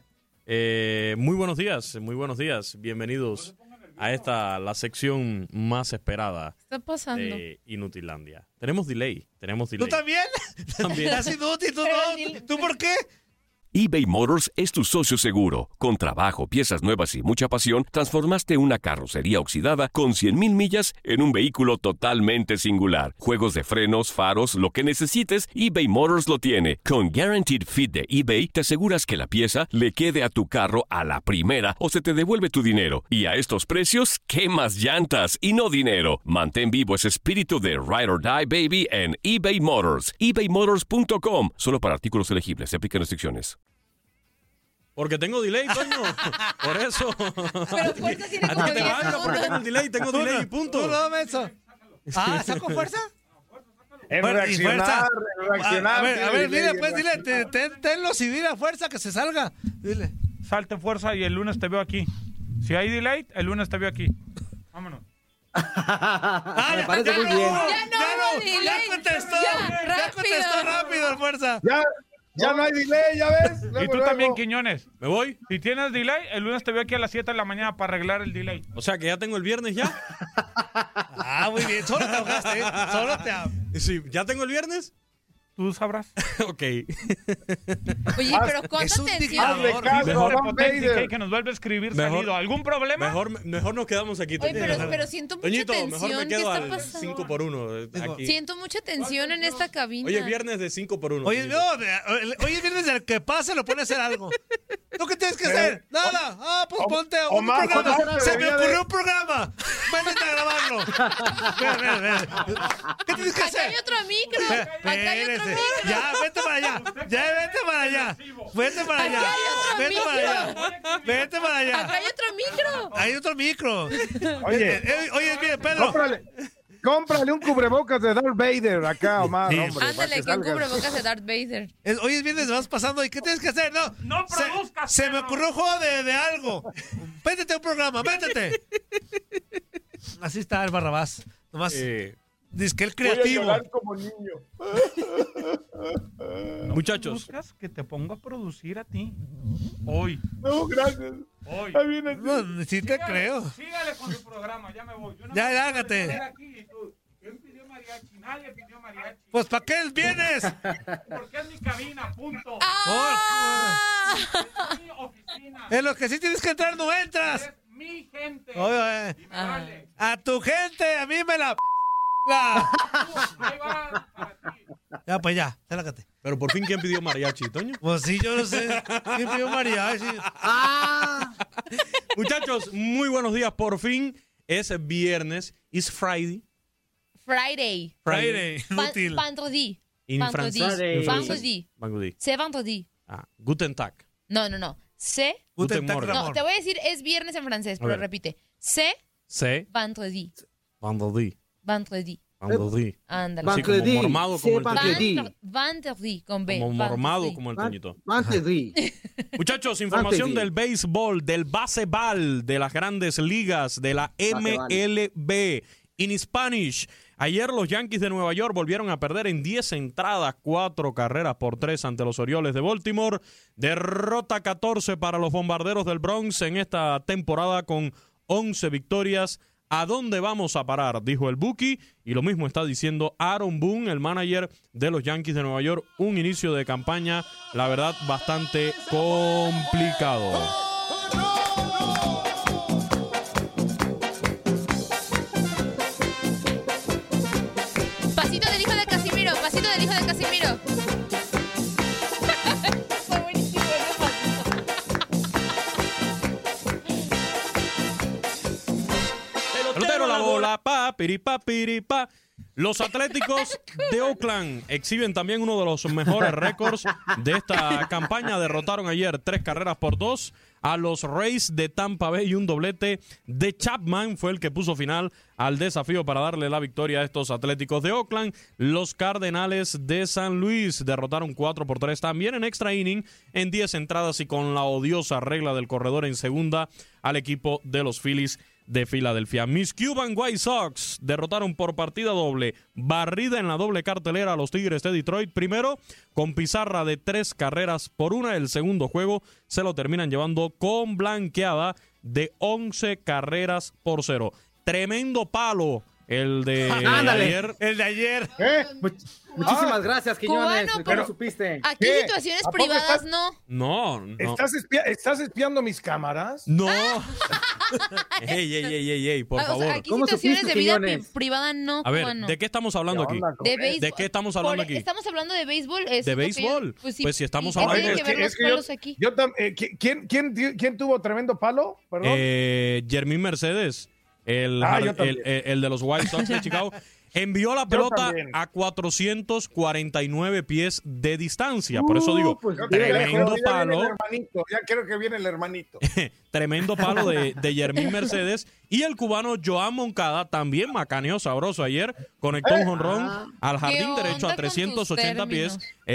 muy buenos días, bienvenidos a la sección más esperada. ¿Qué está pasando? De Inutilandia. Tenemos delay. ¿Tú también? También. ¿Estás inútil? ¿Tú no? ¿Tú por qué? eBay Motors es tu socio seguro. Con trabajo, piezas nuevas y mucha pasión, transformaste una carrocería oxidada con 100,000 millas en un vehículo totalmente singular. Juegos de frenos, faros, lo que necesites, eBay Motors lo tiene. Con Guaranteed Fit de eBay, te aseguras que la pieza le quede a tu carro a la primera o se te devuelve tu dinero. Y a estos precios, ¿qué más llantas y no dinero? Mantén vivo ese espíritu de Ride or Die, baby, en eBay Motors. ebaymotors.com. Solo para artículos elegibles. Se aplican restricciones. Porque tengo delay, Toño. Por eso. Pero Fuerza tiene ¿A como ti te 10 valga porque tengo delay? Tengo delay, punto. Tú no, menso. ¿Saco fuerza? En reaccionar. A ver, dile, pues, dile, tenlos y dile a Fuerza que se salga. Dile. Salte, Fuerza, y el lunes te veo aquí. Si hay delay, el lunes te veo aquí. Vámonos. Me parece muy bien. Ya contestó rápido el Fuerza. Ya no hay delay, ya ves. Y tú también, Quiñones. ¿Me voy? Si tienes delay, el lunes te veo aquí a las 7 de la mañana para arreglar el delay. O sea que ya tengo el viernes ya. Muy bien. Solo te ahogaste, Sí, ¿ya tengo el viernes? Tú sabrás. Ok. Oye, pero cuánta atención. Mejor que nos vuelve a escribir salido. ¿Algún problema? Mejor nos quedamos aquí. Oye, pero siento mucha Toñito, tensión. mejor me quedo ¿Qué está al pasando? 5 por 1 aquí. Siento mucha tensión en esta cabina. Hoy es viernes de 5 por 1. Hoy es viernes del que pase lo pone a hacer algo. ¿Tú qué tienes que hacer? Nada. Pues ponte un programa. Se me ocurrió un programa. Véndete a grabarlo. ¿Qué tienes que hacer? Acá hay otro micro. Acá hay otro micro. Ya, vete para allá. Vete para allá. Acá hay otro micro. Hay otro micro. Oye, mire, Pedro. Cómprale un cubrebocas de Darth Vader acá, Omar. Sí. Hombre, Ándale, que un cubrebocas de Darth Vader. Hoy es viernes, vas pasando. ¿Y qué tienes que hacer? No produzcas. Se me ocurrió un juego de algo. Vétete a un programa, vétete. Así está el Barrabás. Nomás. Dice que el creativo. Voy a llorar como niño. Muchachos. ¿Buscas que te ponga a producir a ti? Hoy. No, gracias. Hoy. Ahí viene. No, sí te creo. Sígale con tu programa, ya me voy. Ya, hágate. ¿Quién pidió mariachi? Nadie pidió mariachi. Pues, ¿para qué vienes? Porque es mi cabina, punto. ¡Ah! Es mi oficina. En los que sí tienes que entrar no entras. Es mi gente. Oye, Y me vale. a tu gente, a mí me la... Ahí va para ti. Ya, pues ya, sácate. Pero por fin, ¿quién pidió mariachi, Toño? Pues sí, yo no sé. ¿Quién pidió mariachi? Muchachos, muy buenos días. Por fin es viernes. It's Friday. Friday. Inútil. Vendredi. Vendredi. C'est vendredi. Guten Tag. No. C'est. Guten Morgen. No, te voy a decir, es viernes en francés, pero repite. C'est vendredi. Vendredi. Ándale. Así como mormado como el Vendredi con B. Como mormado como el puñito. Vendredi. Muchachos, información del béisbol, del baseball, de las grandes ligas, de la MLB. In Spanish, ayer los Yankees de Nueva York volvieron a perder en 10 entradas, 4-3 ante los Orioles de Baltimore. Derrota 14 para los Bombarderos del Bronx en esta temporada con 11 victorias. ¿A dónde vamos a parar?, dijo el Buki, y lo mismo está diciendo Aaron Boone, el manager de los Yankees de Nueva York. Un inicio de campaña, la verdad, bastante complicado. Pasito del hijo de Casimiro. Fue buenísimo ese pasito. Pelotero la bola, piripa. Los Atléticos de Oakland exhiben también uno de los mejores récords de esta campaña. Derrotaron ayer 3-2 a los Rays de Tampa Bay, y un doblete de Chapman fue el que puso final al desafío para darle la victoria a estos Atléticos de Oakland. Los Cardenales de San Luis derrotaron 4-3 también en extra inning en 10 entradas y con la odiosa regla del corredor en segunda al equipo de los Phillies de Filadelfia. Mis Cuban White Sox derrotaron por partida doble, barrida en la doble cartelera a los Tigres de Detroit. Primero, con pizarra de 3-1. El segundo juego se lo terminan llevando con blanqueada de 11-0. Tremendo palo el de ayer. El de ayer. Muchísimas gracias, Quiñones. Bueno, ¿Cómo supiste? Aquí situaciones privadas no. No. ¿Estás espiando mis cámaras? No. Ey, por favor. Aquí situaciones de vida privada no. A ver, ¿de qué estamos hablando aquí? De béisbol. ¿De qué estamos hablando aquí? Estamos hablando de béisbol. ¿De béisbol? Pues si estamos hablando de... ¿Quién tuvo tremendo palo? Perdón. Yermín Mercedes, el de los White Sox de Chicago. Envió la pelota a 449 pies de distancia. Por eso digo, tremendo palo. Ya creo que viene el hermanito. Tremendo palo de Yermín Mercedes. Y el cubano Joan Moncada también macaneó sabroso ayer. Conectó un jonrón al jardín derecho a 380 pies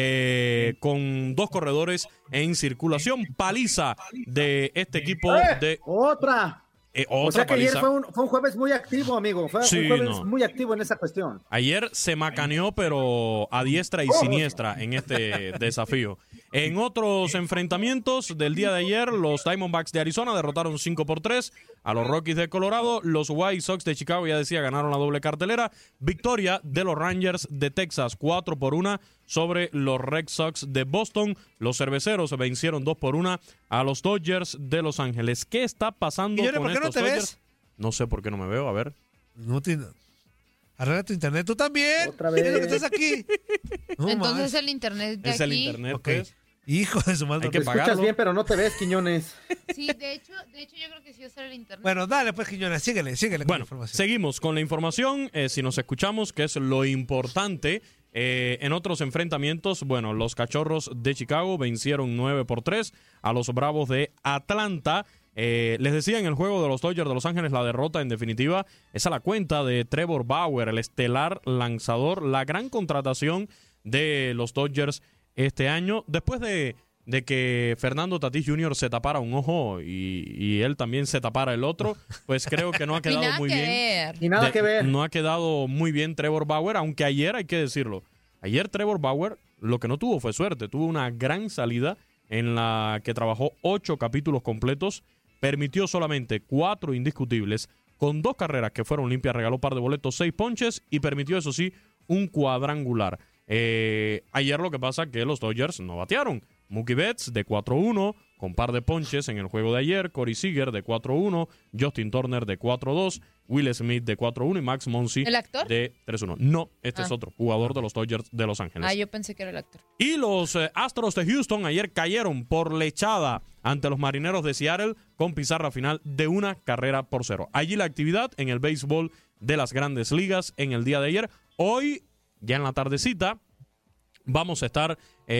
con 2 corredores en circulación. Paliza de este equipo de... O sea que ayer fue un jueves muy activo, amigo. Fue un jueves muy activo en esa cuestión. Ayer se macaneó, pero a diestra y siniestra en este desafío. En otros enfrentamientos del día de ayer, los Diamondbacks de Arizona derrotaron 5-3 a los Rockies de Colorado. Los White Sox de Chicago, ya decía, ganaron la doble cartelera. Victoria de los Rangers de Texas, 4-1 sobre los Red Sox de Boston. Los Cerveceros vencieron 2-1 a los Dodgers de Los Ángeles. ¿Qué está pasando con ¿por qué estos no te Dodgers? ves? No sé por qué no me veo, a ver. No tiene... Arregla tu internet, tú también. Otra vez. Mira que estás aquí. No, entonces es el internet de es aquí. el internet, Okay. pues. Hijo de su madre. Hay que Te escuchas pagarlo. bien, pero no te ves, Quiñones. Sí, de hecho yo creo que sí va a ser el internet. Bueno, dale pues, Quiñones, síguele con Bueno, la información. seguimos con la información. Si nos escuchamos, que es lo importante. En otros enfrentamientos, bueno, los Cachorros de Chicago vencieron 9-3 a los Bravos de Atlanta. Les decía en el juego de los Dodgers de Los Ángeles, la derrota en definitiva es a la cuenta de Trevor Bauer, el estelar lanzador, la gran contratación de los Dodgers este año, después de que Fernando Tatís Jr. se tapara un ojo y él también se tapara el otro, pues creo que no ha quedado muy bien. Y nada que ver. No ha quedado muy bien Trevor Bauer, aunque ayer hay que decirlo. Ayer Trevor Bauer lo que no tuvo fue suerte, tuvo una gran salida en la que trabajó 8 capítulos completos, permitió solamente 4 indiscutibles, con 2 carreras que fueron limpias, regaló par de boletos, 6 ponches y permitió, eso sí, un cuadrangular. Ayer lo que pasa es que los Dodgers no batearon. Mookie Betts de 4-1 con par de ponches en el juego de ayer, Corey Seager de 4-1, Justin Turner de 4-2, Will Smith de 4-1 y Max Muncy ¿El actor? de 3-1. No, este es otro jugador de los Dodgers de Los Ángeles. Yo pensé que era el actor. Y los Astros de Houston ayer cayeron por lechada ante los Marineros de Seattle con pizarra final de 1-0. Allí la actividad en el béisbol de las Grandes Ligas en el día de ayer. Hoy, ya en la tardecita, vamos a estar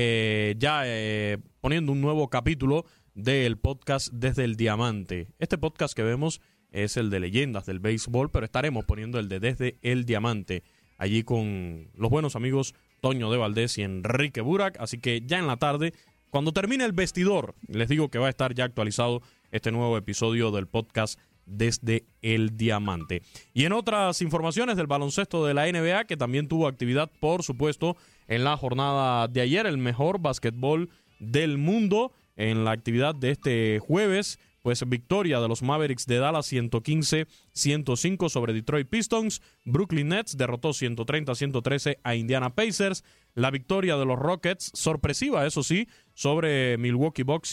poniendo un nuevo capítulo del podcast Desde el Diamante. Este podcast que vemos es el de leyendas del béisbol, pero estaremos poniendo el de Desde el Diamante, allí con los buenos amigos Toño de Valdés y Enrique Burak. Así que ya en la tarde, cuando termine el vestidor, les digo que va a estar ya actualizado este nuevo episodio del podcast Desde el Diamante. Y en otras informaciones del baloncesto de la NBA, que también tuvo actividad, por supuesto, en la jornada de ayer, el mejor básquetbol del mundo. En la actividad de este jueves, pues victoria de los Mavericks de Dallas 115-105 sobre Detroit Pistons. Brooklyn Nets derrotó 130-113 a Indiana Pacers. La victoria de los Rockets, sorpresiva eso sí, sobre Milwaukee Bucks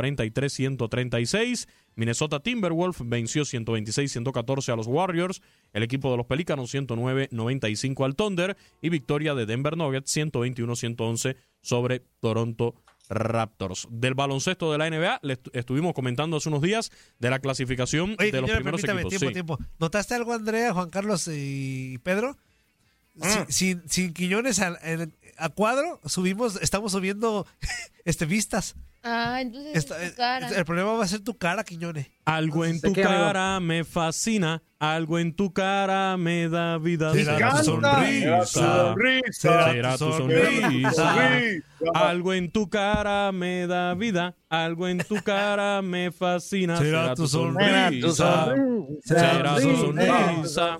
143-136. Minnesota Timberwolves venció 126-114 a los Warriors. El equipo de los Pelícanos 109-95 al Thunder. Y victoria de Denver Nuggets 121-111 sobre Toronto Raptors. Del baloncesto de la NBA, le estuvimos comentando hace unos días de la clasificación de los primeros equipos. Tiempo. ¿Notaste algo, Andrea, Juan Carlos y Pedro? Sin Quiñones a cuadro, estamos subiendo vistas. Entonces tu cara. El problema va a ser tu cara, Quiñones. Algo en tu cara me fascina, algo en tu cara me da vida. Será tu sonrisa. Será tu sonrisa. Algo en tu cara me da vida, algo en tu cara me fascina. Será tu sonrisa. Será tu sonrisa.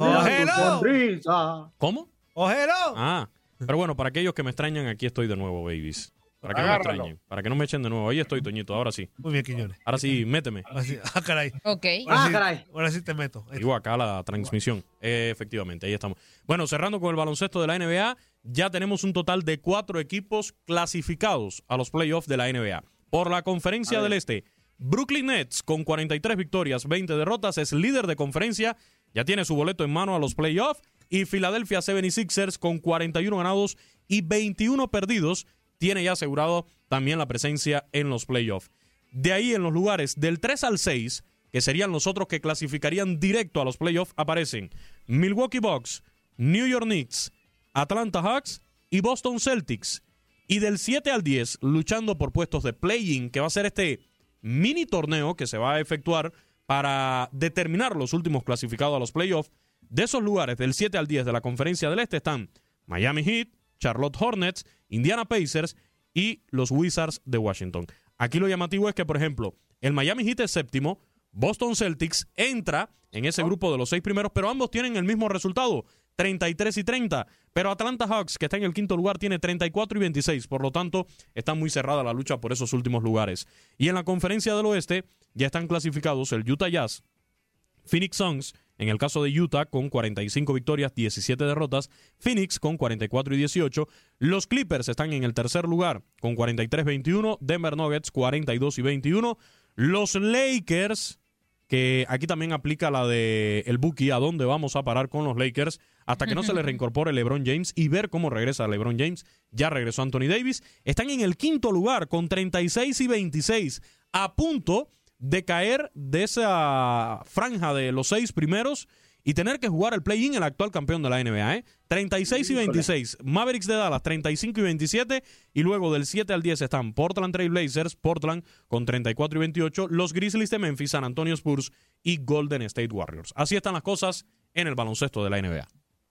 ¿Cómo? ¡Ojero! Pero bueno, para aquellos que me extrañan, aquí estoy de nuevo, babies. Para que no me extrañen, para que no me echen de nuevo. Ahí estoy, Toñito, ahora sí. Muy bien, Quiñones. Ahora sí, méteme. Caray. Ok. Ahora sí te meto. Digo acá la transmisión. Efectivamente, ahí estamos. Bueno, cerrando con el baloncesto de la NBA, ya tenemos un total de 4 equipos clasificados a los playoffs de la NBA. Por la Conferencia del Este, Brooklyn Nets, con 43 victorias, 20 derrotas, es líder de conferencia, ya tiene su boleto en mano a los playoffs. Y Philadelphia 76ers, con 41 ganados y 21 perdidos, tiene ya asegurado también la presencia en los playoffs. De ahí, en los lugares del 3 al 6, que serían los otros que clasificarían directo a los playoffs, aparecen Milwaukee Bucks, New York Knicks, Atlanta Hawks y Boston Celtics. Y del 7 al 10, luchando por puestos de play-in, que va a ser este mini torneo que se va a efectuar para determinar los últimos clasificados a los playoffs. De esos lugares, del 7 al 10 de la Conferencia del Este, están Miami Heat, Charlotte Hornets, Indiana Pacers y los Wizards de Washington. Aquí lo llamativo es que, por ejemplo, el Miami Heat es séptimo, Boston Celtics entra en ese grupo de los 6 primeros, pero ambos tienen el mismo resultado, 33 y 30. Pero Atlanta Hawks, que está en el quinto lugar, tiene 34 y 26. Por lo tanto, está muy cerrada la lucha por esos últimos lugares. Y en la Conferencia del Oeste ya están clasificados el Utah Jazz, Phoenix Suns, en el caso de Utah, con 45 victorias, 17 derrotas. Phoenix con 44 y 18. Los Clippers están en el tercer lugar con 43-21. Denver Nuggets 42 y 21. Los Lakers, que aquí también aplica la de el Buki, a dónde vamos a parar con los Lakers hasta que no se le reincorpore LeBron James y ver cómo regresa LeBron James. Ya regresó Anthony Davis. Están en el quinto lugar con 36 y 26. A punto de caer de esa franja de los 6 primeros y tener que jugar el play-in el actual campeón de la NBA. 36 y 26. Mavericks de Dallas, 35 y 27. Y luego del 7 al 10 están Portland Trail Blazers, Portland con 34 y 28. Los Grizzlies de Memphis, San Antonio Spurs y Golden State Warriors. Así están las cosas en el baloncesto de la NBA.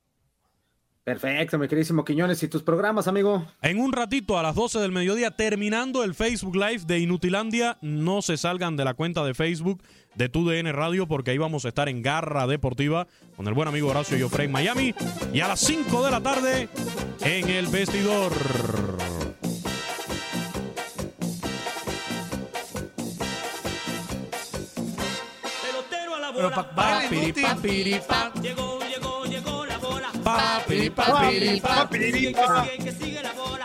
Perfecto, mi queridísimo Quiñones. ¿Y tus programas, amigo? En un ratito, a las 12 del mediodía, terminando el Facebook Live de Inutilandia. No se salgan de la cuenta de Facebook de TUDN Radio, porque ahí vamos a estar en Garra Deportiva con el buen amigo Horacio Joffrey en Miami. Y a las 5 de la tarde, en el vestidor. Pelotero a la bola. Llegó la bola. Que sigue la bola.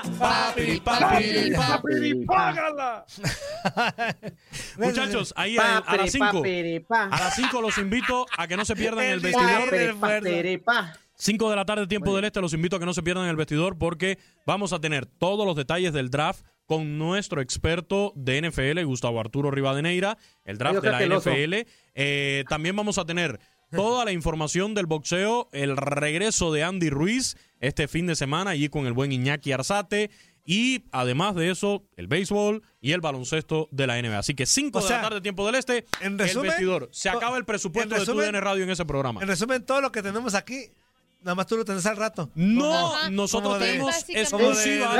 Muchachos, ahí a las 5. A las 5 los invito a que no se pierdan el vestidor. 5 de la tarde, tiempo del este, los invito a que no se pierdan el vestidor, porque vamos a tener todos los detalles del draft con nuestro experto de NFL, Gustavo Arturo Rivadeneira, el draft de la NFL. También vamos a tener toda la información del boxeo, el regreso de Andy Ruiz este fin de semana allí con el buen Iñaki Arzate y además de eso, el béisbol y el baloncesto de la NBA. Así que 5 de la tarde, tiempo del este, en resumen, el vestidor. Se acaba el presupuesto de TUDN Radio en ese programa. En resumen, todo lo que tenemos aquí, nada más tú lo tenés al rato. No, nosotros tenemos exclusivas.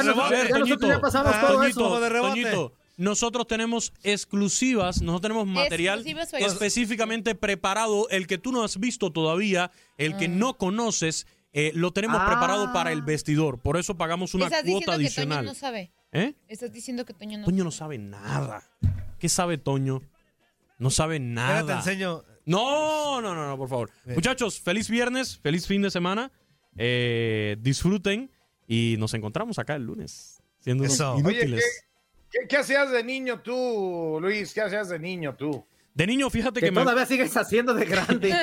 Toñito, nosotros tenemos exclusivas, nosotros tenemos material específicamente preparado, el que tú no has visto todavía, el que no conoces, lo tenemos preparado para el vestidor. Por eso pagamos una cuota adicional. Que Toño no sabe. Estás diciendo que Toño no Toño no sabe nada. ¿Qué sabe Toño? No sabe nada. Ahora te enseño. No, por favor. Bien. Muchachos, feliz viernes, feliz fin de semana. Disfruten y nos encontramos acá el lunes. Siendo inútiles. Oye, ¿qué hacías de niño tú, Luis? ¿Qué hacías de niño tú? De niño, fíjate que todavía sigues haciendo de grande.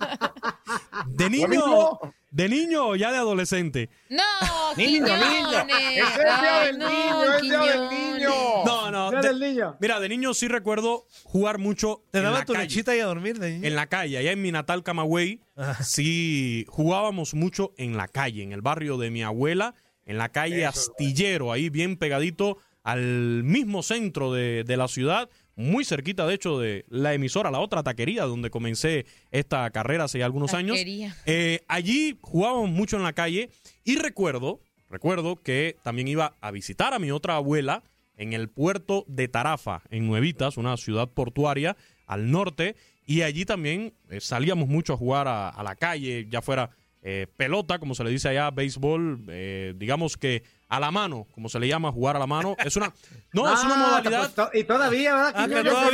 De niño o ya de adolescente. No, niño. Es el día del niño. No, del niño. Mira, de niño sí recuerdo jugar mucho. ¿Te daba tu lechita y a dormir de niño? En la calle, allá en mi natal Camagüey, sí jugábamos mucho en la calle, en el barrio de mi abuela, en la calle Astillero, ahí bien pegadito al mismo centro de la ciudad. Muy cerquita, de hecho, de la emisora, la otra taquería, donde comencé esta carrera hace algunos años. Allí jugábamos mucho en la calle y recuerdo que también iba a visitar a mi otra abuela en el puerto de Tarafa, en Nuevitas, una ciudad portuaria al norte, y allí también salíamos mucho a jugar a la calle, ya fuera pelota, como se le dice allá, béisbol, digamos que a la mano, como se le llama, jugar a la mano. Es una modalidad. Pues, y todavía, ¿verdad?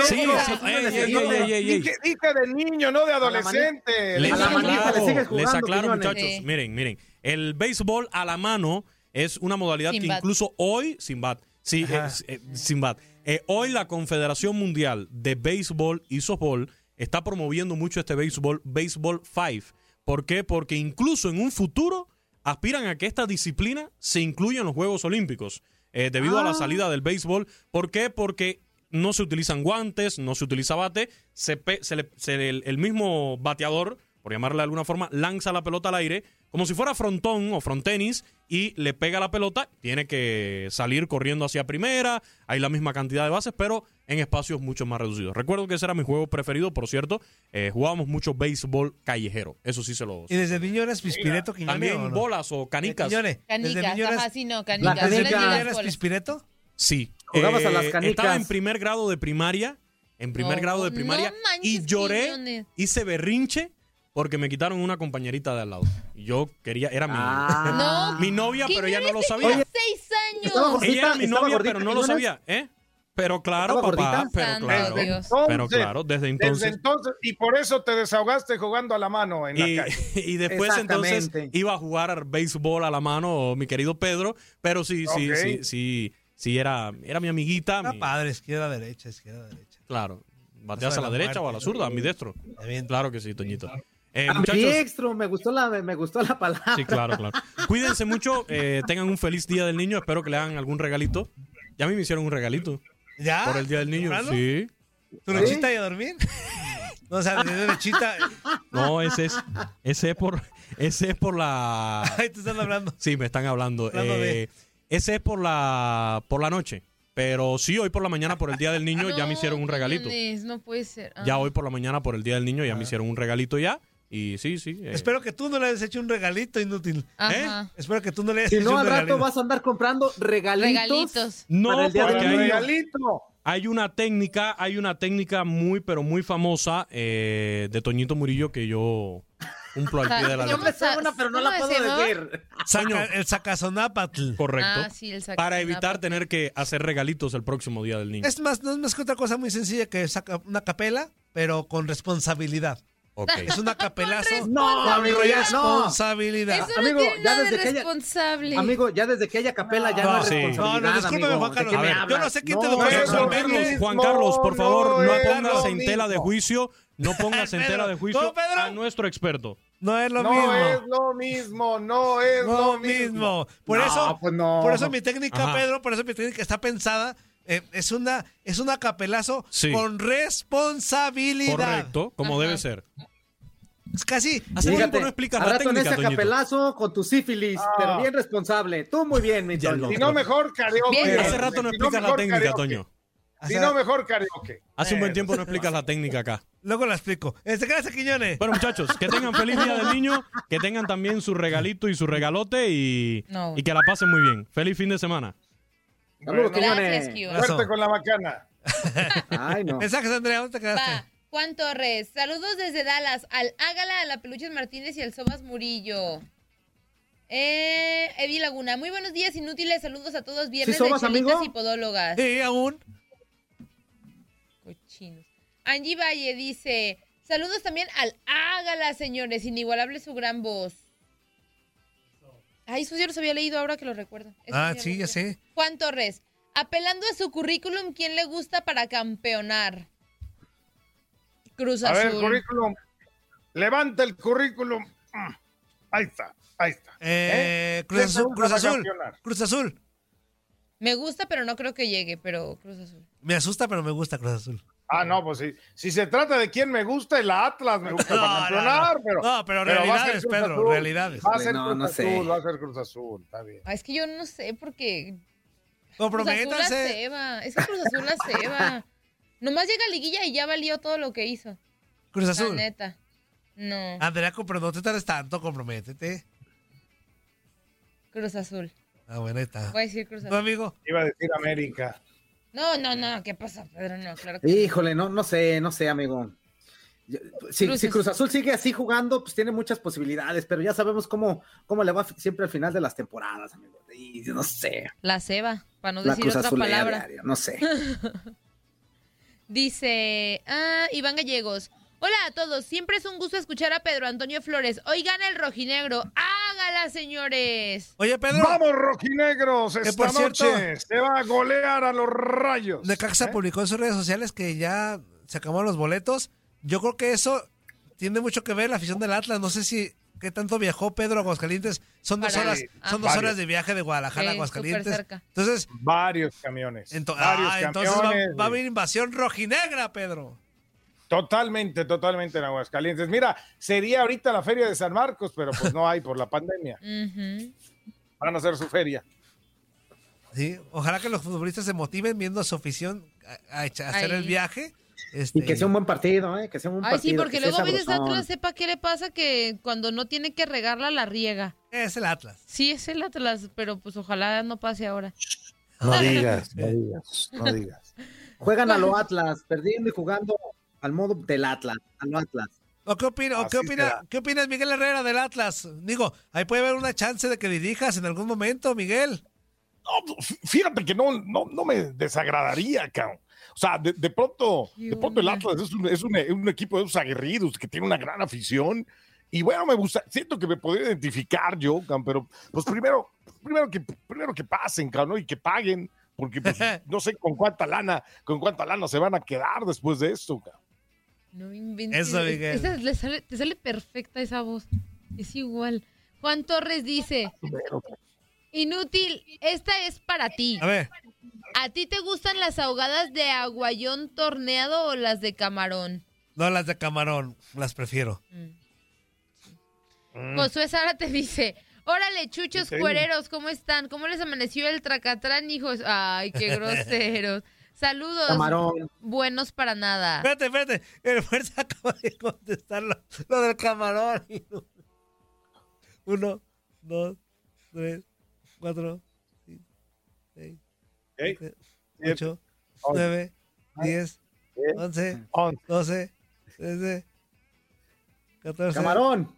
Dije de niño, no de adolescente. Les aclaro, muchachos. Miren. El béisbol a la mano es una modalidad que incluso hoy, sin bat. Hoy la Confederación Mundial de Béisbol y Softball está promoviendo mucho este béisbol 5. ¿Por qué? Porque incluso en un futuro aspiran a que esta disciplina se incluya en los Juegos Olímpicos debido a la salida del béisbol. ¿Por qué? Porque no se utilizan guantes, no se utiliza bate, el mismo bateador, por llamarle de alguna forma, lanza la pelota al aire como si fuera frontón o frontenis y le pega la pelota, tiene que salir corriendo hacia primera, hay la misma cantidad de bases, pero en espacios mucho más reducidos. Recuerdo que ese era mi juego preferido, por cierto, jugábamos mucho béisbol callejero, eso sí se lo... ¿Y desde niño eras Pispireto, Quiñone? También ¿o no? Bolas o canicas. Canicas, canicas. ¿Desde niño eras Pispireto? Sí. Jugabas a las canicas. Estaba en primer grado de primaria, y lloré, hice berrinche, porque me quitaron una compañerita de al lado. Yo quería, era mi novia, pero ella no lo sabía. Oye, 6 años. Ella era mi novia, pero no lo sabía, Pero claro, papá, pero claro, desde entonces. Y por eso te desahogaste jugando a la mano en la calle. Y después entonces iba a jugar béisbol a la mano, mi querido Pedro, pero sí, era mi amiguita. Era padre, izquierda, derecha. Claro, bateas a la derecha o a la zurda, a mi destro. Claro que sí, Toñito. Muchachos, me gustó la palabra. Sí, claro. Cuídense mucho, tengan un feliz Día del Niño, espero que le hagan algún regalito. Ya a mí me hicieron un regalito. ¿Ya? Por el Día del Niño, sí. ¿Tu lechita y a dormir? No, o sea, de lechita. No, ese es por la... Ay, te están hablando. Sí, me están hablando. Ese es por la noche. Pero sí, hoy por la mañana por el Día del Niño ya me hicieron un regalito. No puede ser. Ya hoy por la mañana por el Día del Niño ya me hicieron un regalito ya. Y sí. Espero que tú no le hayas hecho un regalito inútil. Espero que tú no le hayas hecho un regalito. Si no, al rato regalito. vas a andar comprando regalitos. No, para el día porque del regalito. Hay una técnica muy, pero muy famosa de Toñito Murillo que yo cumplo al pie de la letra. Yo me sé una, pero no la puedo decir. El sacazonápatl. Correcto. Sí, el sacazonápatl. Para evitar tener que hacer regalitos el próximo Día del Niño. Es más, no es más que otra cosa muy sencilla que una capela, pero con responsabilidad. Okay. Es una capelazo. No, amigo, ya responsabilidad. Eso no amigo, tiene ya nada desde de responsable. Amigo, ya desde que haya capela ya no es responsabilidad. No, discúlpame, Juan Carlos. Yo no sé quién te educó sexualmente. Juan Carlos, por favor, no pongas en tela de juicio. No pongas en tela de juicio a nuestro experto. No es lo mismo. No es lo mismo. Por eso mi técnica, Pedro, por eso mi técnica está pensada. Es una capelazo con responsabilidad. Correcto, como debe ser. Es casi. Hace tiempo no explicas la técnica, en ese Toñito. capelazo con tu sífilis, pero bien responsable. Tú muy bien, mi Toño. Si no, mejor karaoke. Hace rato no explicas la técnica, Toño. Si no, mejor karaoke. Hace un buen tiempo no explicas la técnica acá. Luego la explico. Gracias, Quiñones. Bueno, muchachos, que tengan feliz Día del Niño, que tengan también su regalito y su regalote y que la pasen muy bien. Feliz fin de semana. Saludos, Quiñones. Suerte con la bacana. Ay, no. Mensajes, Andrea, ¿dónde te quedaste? Va, Juan Torres, saludos desde Dallas, al Ágala, a la Peluches Martínez y al Sobas Murillo. Evi Laguna, muy buenos días, inútiles, saludos a todos, viernes de chelitas y podólogas. Sí, aún. Cochinos. Angie Valle dice, saludos también al Ágala, señores, inigualable su gran voz. Ay, eso ya los había leído ahora que lo recuerdo. Sí, ya sé. Juan Torres, apelando a su currículum, ¿quién le gusta para campeonar? Cruz Azul. A ver, currículum. Levanta el currículum. Ahí está. Cruz Azul. Me gusta, pero no creo que llegue, pero Cruz Azul. Me asusta, pero me gusta Cruz Azul. No, pues sí. Si se trata de quién me gusta, el Atlas me gusta para campeonar, pero realidades, Pedro, realidades. Va a ser Cruz Azul, está bien. Es que yo no sé, porque comprométanse. Es que Cruz Azul la ceba. Nomás llega a liguilla y ya valió todo lo que hizo. Cruz Azul. La neta. No. Andrea, pero no te tardes tanto, comprométete. Cruz Azul. Bueno, ahí está. Voy a decir Cruz Azul. ¿Tu amigo? Iba a decir América. No. ¿Qué pasa, Pedro? No, claro que Híjole, no sé, amigo. Si Cruz Azul sigue así jugando, pues tiene muchas posibilidades, pero ya sabemos cómo le va siempre al final de las temporadas, amigo. Y no sé. La ceba, para no decir otra palabra. No sé. Dice, Iván Gallegos. Hola a todos, siempre es un gusto escuchar a Pedro Antonio Flores. Hoy gana el rojinegro. ¡Hágala, señores! Oye, Pedro. ¡Vamos, rojinegros! Esta noche se va a golear a los Rayos. Necaxa publicó en sus redes sociales que ya se acabaron los boletos. Yo creo que eso tiene mucho que ver la afición del Atlas. No sé si qué tanto viajó Pedro a Aguascalientes. Son 2 horas, horas de viaje de Guadalajara a Aguascalientes. Entonces, varios camiones. Entonces va a haber invasión rojinegra, Pedro. Totalmente en Aguascalientes. Mira, sería ahorita la feria de San Marcos, pero pues no hay por la pandemia. Van a hacer su feria. Sí, ojalá que los futbolistas se motiven viendo a su afición a hacer el viaje. Y que sea un buen partido, que sea un buen partido. Sí, porque luego a veces Atlas sepa qué le pasa, que cuando no tiene que regarla, la riega. Es el Atlas. Sí, es el Atlas, pero pues ojalá no pase ahora. No digas. Juegan a lo Atlas, perdiendo y jugando al modo del Atlas, a lo Atlas. ¿Qué opinas, Miguel Herrera, del Atlas? Digo, ahí puede haber una chance de que dirijas en algún momento, Miguel. No, fíjate que no me desagradaría, cabrón. O sea, de pronto el Atlas es un equipo de esos aguerridos que tiene una gran afición. Y bueno, me gusta, siento que me podría identificar yo, pero pues primero que pasen, cabrón, y que paguen, porque pues, no sé con cuánta lana se van a quedar después de esto, cabrón. No inventes. Eso, Miguel. Te sale perfecta esa voz. Es igual. Juan Torres dice: inútil, esta es para ti. A ver. ¿A ti te gustan las ahogadas de aguayón torneado o las de camarón? No, las de camarón, las prefiero. Josué Sara te dice: órale, chuchos cuereros, ¿cómo están? ¿Cómo les amaneció el tracatrán, hijos? Ay, qué groseros. Saludos. Camarón. Buenos para nada. Espérate. El Fuerza acaba de contestar lo del camarón. 1, 2, 3, 4, 5, 6, 7, 8, 9, 10, 11, 12, 13, 14. ¡Camarón!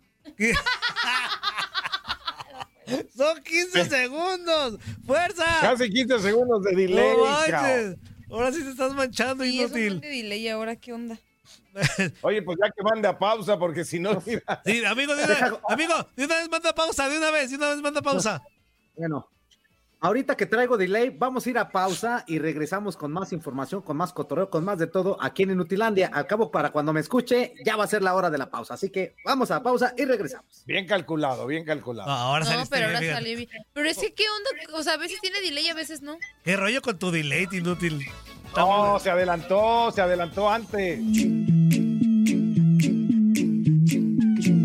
Son 15 segundos. ¡Fuerza! Casi 15 segundos de delay. No, ahora sí te estás manchando, sí, inútil. Es un de delay, ¿ahora qué onda? Oye, pues ya que mande a pausa, porque si no... Mira. Sí, amigo, de una vez manda pausa, de una vez manda pausa. Bueno, ahorita que traigo delay, vamos a ir a pausa y regresamos con más información, con más cotorreo, con más de todo aquí en Inutilandia. Al cabo, para cuando me escuche, ya va a ser la hora de la pausa. Así que vamos a pausa y regresamos. Bien calculado. No, ahora pero ahora salió bien. Pero es que, ¿qué onda? O sea, a veces tiene delay, a veces no. ¿Qué rollo con tu delay, inútil? No, se adelantó antes.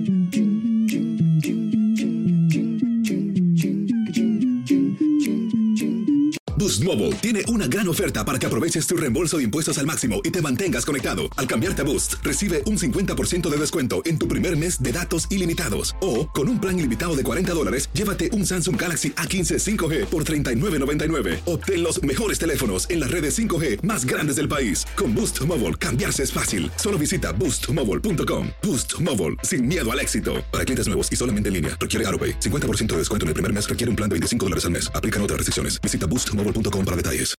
Boost Mobile tiene una gran oferta para que aproveches tu reembolso de impuestos al máximo y te mantengas conectado. Al cambiarte a Boost, recibe un 50% de descuento en tu primer mes de datos ilimitados. O, con un plan ilimitado de $40, llévate un Samsung Galaxy A15 5G por $39.99. Obtén los mejores teléfonos en las redes 5G más grandes del país. Con Boost Mobile, cambiarse es fácil. Solo visita boostmobile.com. Boost Mobile, sin miedo al éxito. Para clientes nuevos y solamente en línea, requiere AroPay. 50% de descuento en el primer mes requiere un plan de $25 al mes. Aplican otras restricciones. Visita boostmobile.com para detalles.